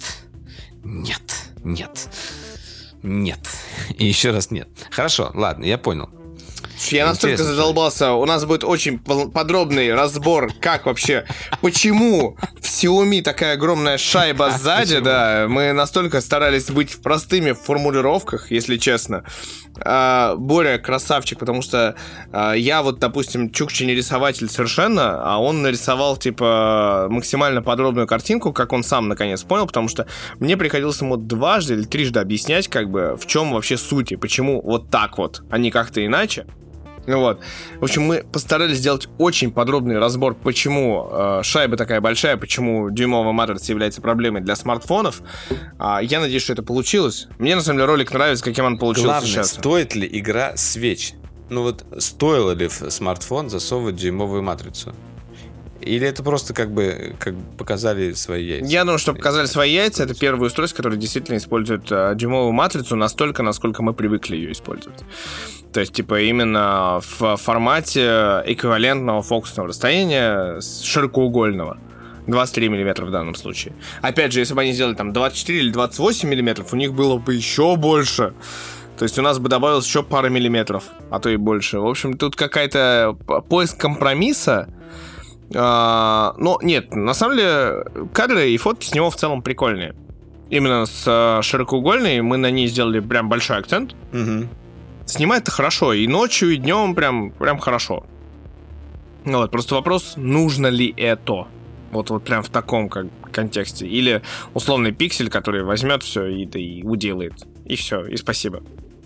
И еще раз нет. Хорошо, ладно, я понял. Я настолько задолбался. У нас будет очень подробный разбор, как вообще, почему в Xiaomi такая огромная шайба сзади, да. Мы настолько старались быть простыми в формулировках, если честно. Боря красавчик, потому что я вот, допустим, чукча не рисователь совершенно, а он нарисовал, типа, максимально подробную картинку, как он сам наконец понял, потому что мне приходилось ему дважды или трижды объяснять, как бы, в чем вообще суть и почему вот так вот, а не как-то иначе. Вот. В общем, мы постарались сделать очень подробный разбор, почему шайба такая большая, почему дюймовая матрица является проблемой для смартфонов. Я надеюсь, что это получилось. Мне, на самом деле, ролик нравится, каким он получился. Главное, сейчас. Стоит ли игра свеч? Ну вот, стоило ли в смартфон засовывать дюймовую матрицу? Или это просто как показали свои яйца? Я думаю, что показали свои яйца. Это первое устройство, которое действительно использует дюймовую матрицу настолько, насколько мы привыкли ее использовать. То есть, типа, именно в формате эквивалентного фокусного расстояния широкоугольного. 23 мм в данном случае. Опять же, если бы они сделали там 24 или 28 мм, у них было бы еще больше. То есть у нас бы добавилось еще пара миллиметров, а то и больше. В общем, тут какая-то поиск компромисса. Но нет, на самом деле кадры и фотки с него в целом прикольные. Именно с широкоугольной мы на ней сделали прям большой акцент. Угу. Снимает-то хорошо, и ночью, и днем прям хорошо. Вот, просто вопрос, нужно ли это? Вот прям в таком контексте. Или условный пиксель, который возьмет все и уделает. И все, и спасибо.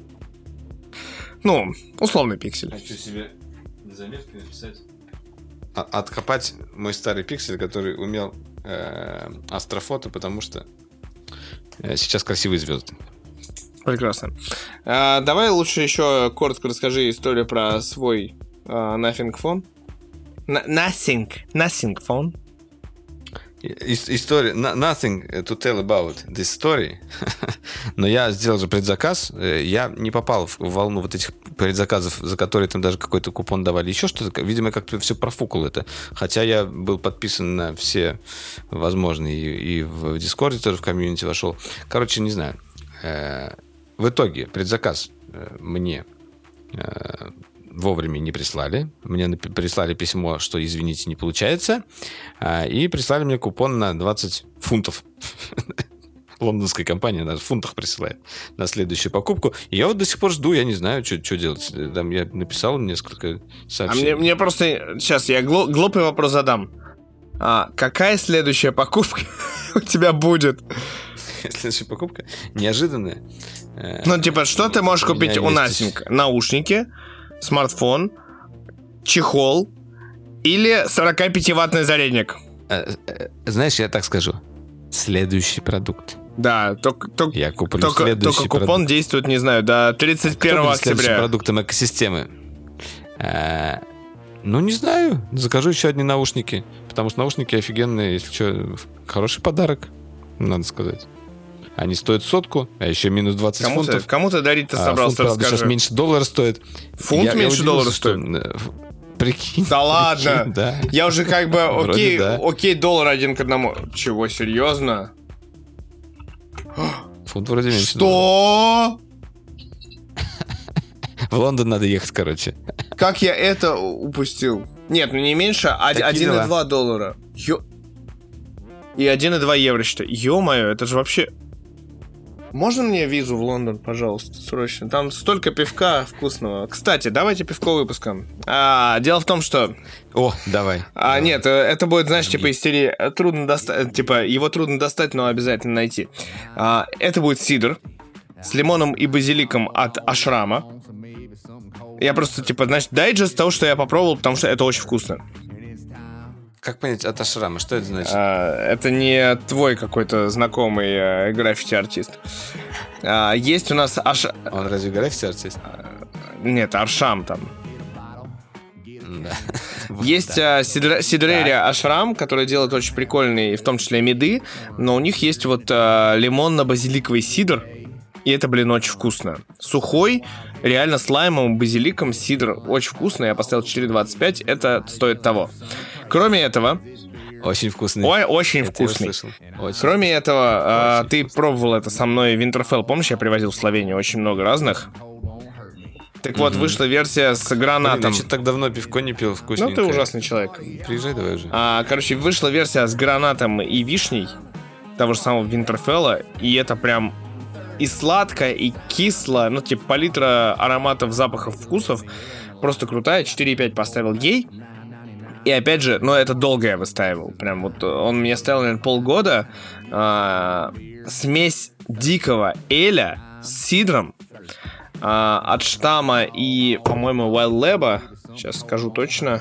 Ну, условный пиксель. Хочу себе заметки написать. Откопать мой старый пиксель, который умел астрофото, потому что сейчас красивые звезды. Прекрасно. Давай лучше еще коротко расскажи историю про свой Nothing Phone. Nothing Phone. История. Nothing to tell about this story. Но я сделал же предзаказ. Я не попал в волну вот этих предзаказов, за которые там даже какой-то купон давали. Еще что-то. Видимо, как-то все профукал это. Хотя я был подписан на все возможные. И в Discord тоже в комьюнити вошел. Короче, не знаю. В итоге предзаказ мне вовремя не прислали. Мне прислали письмо, что, извините, не получается. И прислали мне купон на 20 фунтов. Лондонская компания нас в фунтах присылает на следующую покупку. И я вот до сих пор жду, я не знаю, что делать. Там я написал несколько сообщений. Мне просто... Сейчас я глупый вопрос задам. Какая следующая покупка у тебя будет? Следующая покупка неожиданная. Ну, типа, что ты можешь купить у Nothing? Наушники, смартфон, чехол или 45-ваттный зарядник? Знаешь, я так скажу. Следующий продукт. Да, я куплю следующий только купон продукт. Действует, не знаю, до 31 октября. Следующим продуктом экосистемы. Ну, не знаю. Закажу еще одни наушники. Потому что наушники офигенные. Если что, хороший подарок, надо сказать. Они стоят 100, а еще минус 20 фунтов. Кому ты дарить-то собрался, фунт, правда, расскажи. Сейчас меньше $1 стоит. Фунт меньше $1 стоит? Прикинь. Да ладно. Да. Я уже как бы, Вроде да. окей, $1 1 к 1. Чего, серьезно? Фунт вроде меньше. Что? В Лондон надо ехать, короче. Как я это упустил? Нет, ну не меньше, а Такие дела. $1,2. И 1,2 евро, считай. Ё-моё, это же вообще... Можно мне визу в Лондон, пожалуйста, срочно? Там столько пивка вкусного. Кстати, давайте пивко выпуском. Дело в том, что... О, давай. Давай. Нет, это будет, знаешь, типа из серии трудно достать, типа его трудно достать, но обязательно найти. Это будет сидр с лимоном и базиликом от Ашрама. Я просто, типа, знаешь, дайджест того, что я попробовал, потому что это очень вкусно. Как понять от Ашрама? Что это значит? Это не твой какой-то знакомый граффити-артист. Есть у нас Он разве граффити-артист? Нет, Аршам там. Да. Есть сидрерия Ашрам, которая делает очень прикольные, в том числе меды, но у них есть вот лимонно-базиликовый сидр, и это, блин, очень вкусно. Сухой, реально с лаймом, базиликом, сидр очень вкусно, я поставил 4,25, это стоит того. Кроме этого... Очень вкусный. Ой, очень Это вкусный. я слышал. Очень. Кроме этого, Очень ты вкусно. пробовал это со мной Winterfell, помнишь, я привозил в Словению очень много разных? Так вот, вышла версия с Блин, гранатом. я что-то так давно пивко не пил, Ну, вкусненькое. ты ужасный человек. Приезжай давай уже. Короче, вышла версия с гранатом и вишней того же самого Winterfell, и это прям и сладко, и кисло, ну, типа, палитра ароматов, запахов, вкусов просто крутая. 4,5 поставил ей. И опять же, ну, это долго я выстаивал. Прям вот он мне ставил, наверное, полгода. Смесь дикого эля с сидром от Штамма и, по-моему, Wild Lab'а. Сейчас скажу точно.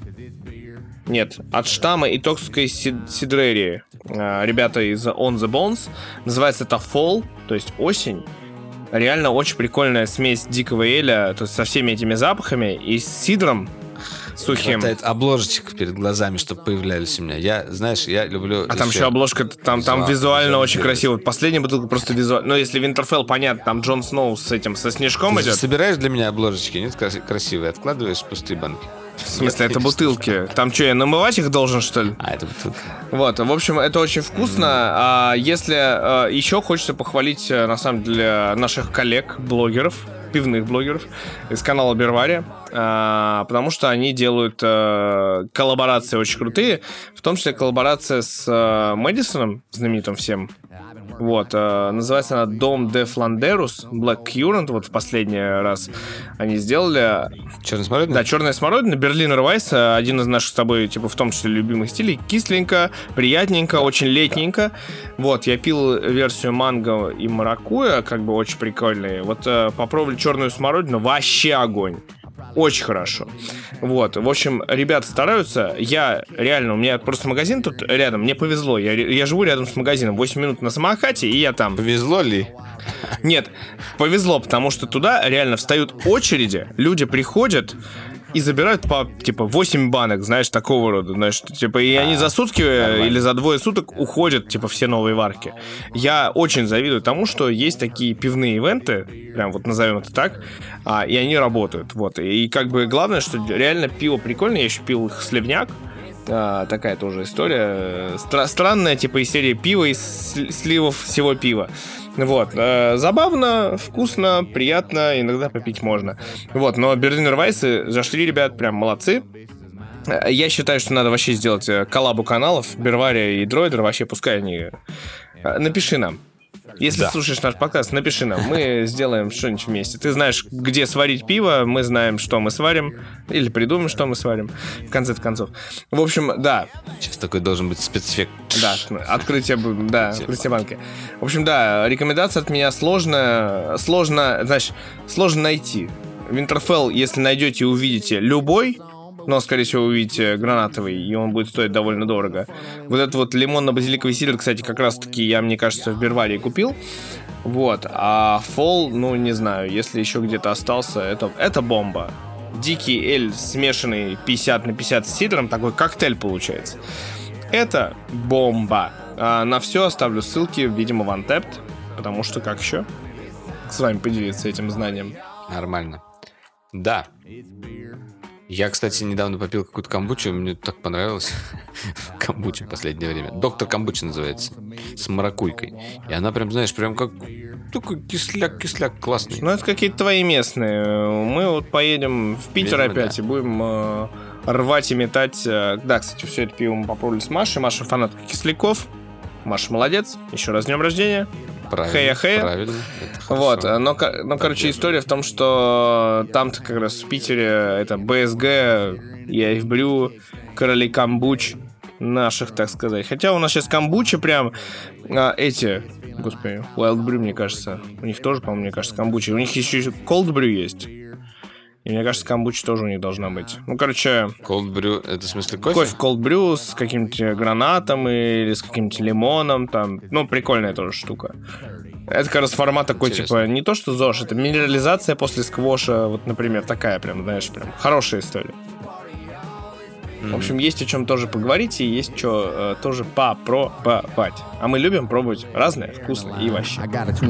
Нет, от Штамма и Токской Сидрерии. Ребята из On The Bones. Называется это Fall, то есть осень. Реально очень прикольная смесь дикого эля, то есть со всеми этими запахами и с сидром сухим. Хватает обложечек перед глазами, чтобы появлялись у меня. Я, знаешь, я люблю... А там еще обложка, там визуально очень красиво. Последняя бутылка просто визуально. Но если Winterfell, понятно, там Джон Сноу с этим, со снежком Ты же идет. собираешь для меня обложечки, нет, красивые? Откладываешь в пустые банки? В смысле, это бутылки. Там что, я намывать их должен, что ли? Это бутылка. Вот, в общем, это очень вкусно. Если еще хочется похвалить, на самом деле, наших коллег, блогеров, пивных блогеров из канала Бервария, потому что они делают коллаборации очень крутые, в том числе коллаборация с Мэдисоном, знаменитым всем. Вот, называется она Дом де Фландерус, Black Currant, вот в последний раз они сделали. Черная смородина? Да, черная смородина, Берлинер Вайс, один из наших с тобой, типа, в том числе любимых стилей. Кисленько, приятненько, очень летненько. Вот, я пил версию манго и маракуйя, как бы очень прикольные. Вот попробовали черную смородину, вообще огонь. Очень хорошо. Вот, в общем, ребята стараются. Я реально, у меня просто магазин тут рядом, мне повезло. Я живу рядом с магазином, 8 минут на самокате, и я там. Повезло ли? Нет, повезло, потому что туда реально встают очереди, люди приходят и забирают по, типа, 8 банок, знаешь, такого рода, знаешь, типа, и они за сутки или за 2 суток уходят, типа, все новые варки. Я очень завидую тому, что есть такие пивные ивенты, прям вот назовем это так, и они работают, вот. И как бы главное, что реально пиво прикольное, я еще пил их сливняк, такая тоже история, странная, типа, из серии пива из сливов всего пива. Вот, забавно, вкусно, приятно, иногда попить можно. Вот, но Берлинер Вайсы зашли, ребят, прям молодцы. Я считаю, что надо вообще сделать коллабу каналов Бервария и Дроидер, вообще пускай они... Напиши нам. Если слушаешь наш подкаст, напиши нам. Мы сделаем что-нибудь вместе. Ты знаешь, где сварить пиво, мы знаем, что мы сварим. Или придумаем, что мы сварим. В конце концов. В общем, да. Сейчас такой должен быть спецэффект. Да, открытие банки. В общем, да, рекомендация от меня сложно найти. Winterfell, если найдете и увидите любой, но, скорее всего, увидите гранатовый, и он будет стоить довольно дорого. Вот этот вот лимонно-базиликовый сидр, кстати, как раз-таки я, мне кажется, в Берварии купил. Вот, а Fall, ну, не знаю, если еще где-то остался, это бомба. Дикий эль, смешанный 50 на 50 с сидром, такой коктейль получается. Это бомба. На все оставлю ссылки, видимо, в Untapped, потому что как еще с вами поделиться этим знанием? Нормально. Да. Я, кстати, недавно попил какую-то камбучу, мне так понравилось. Камбуча в последнее время. Доктор Камбуча называется. С маракуйкой. И она прям, знаешь, прям как такой кисляк классный. Ну, это какие-то твои местные. Мы вот поедем в Питер Видимо, опять и будем рвать и метать. Да, кстати, все это пиво мы попробовали с Машей. Маша фанатка кисляков. Маша молодец. Еще раз с днем рождения. Правильно. Правильно. Вот, но, короче, история в том, что там-то как раз в Питере это БСГ, Яйфбрю, короли камбуч наших, так сказать. Хотя у нас сейчас камбучи прям эти, господи, Wild Brew, мне кажется, у них тоже, по-моему, мне кажется, камбучи. У них еще Cold Brew есть. И мне кажется, камбуча тоже у них должна быть. Ну, короче... Cold Brew, это в смысле кофе? Кофе Cold Brew с каким-то гранатом или с каким-то лимоном. Там. Ну, прикольная тоже штука. Это, как раз, формат такой, интересно. Типа, не то что ЗОЖ, это минерализация после сквоша. Вот, например, такая прям, знаешь, прям хорошая история. В общем, есть о чем тоже поговорить и есть что тоже попробовать. А мы любим пробовать разное, вкусное и вообще.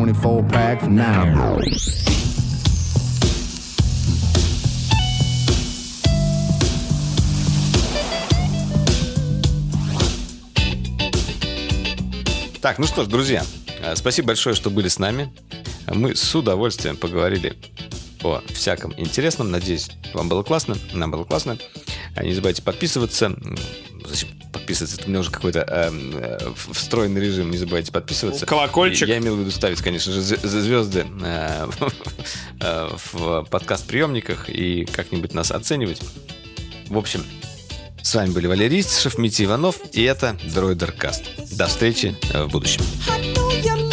Так, ну что ж, друзья, спасибо большое, что были с нами. Мы с удовольствием поговорили о всяком интересном. Надеюсь, вам было классно, нам было классно. Не забывайте подписываться. Зачем подписываться? Это у меня уже какой-то встроенный режим. Не забывайте подписываться. Колокольчик. Я имел в виду ставить, конечно же, звезды в подкаст-приемниках и как-нибудь нас оценивать. В общем, с вами были Валерий Истишев, Митя Иванов, и это Дроидеркаст. До встречи в будущем.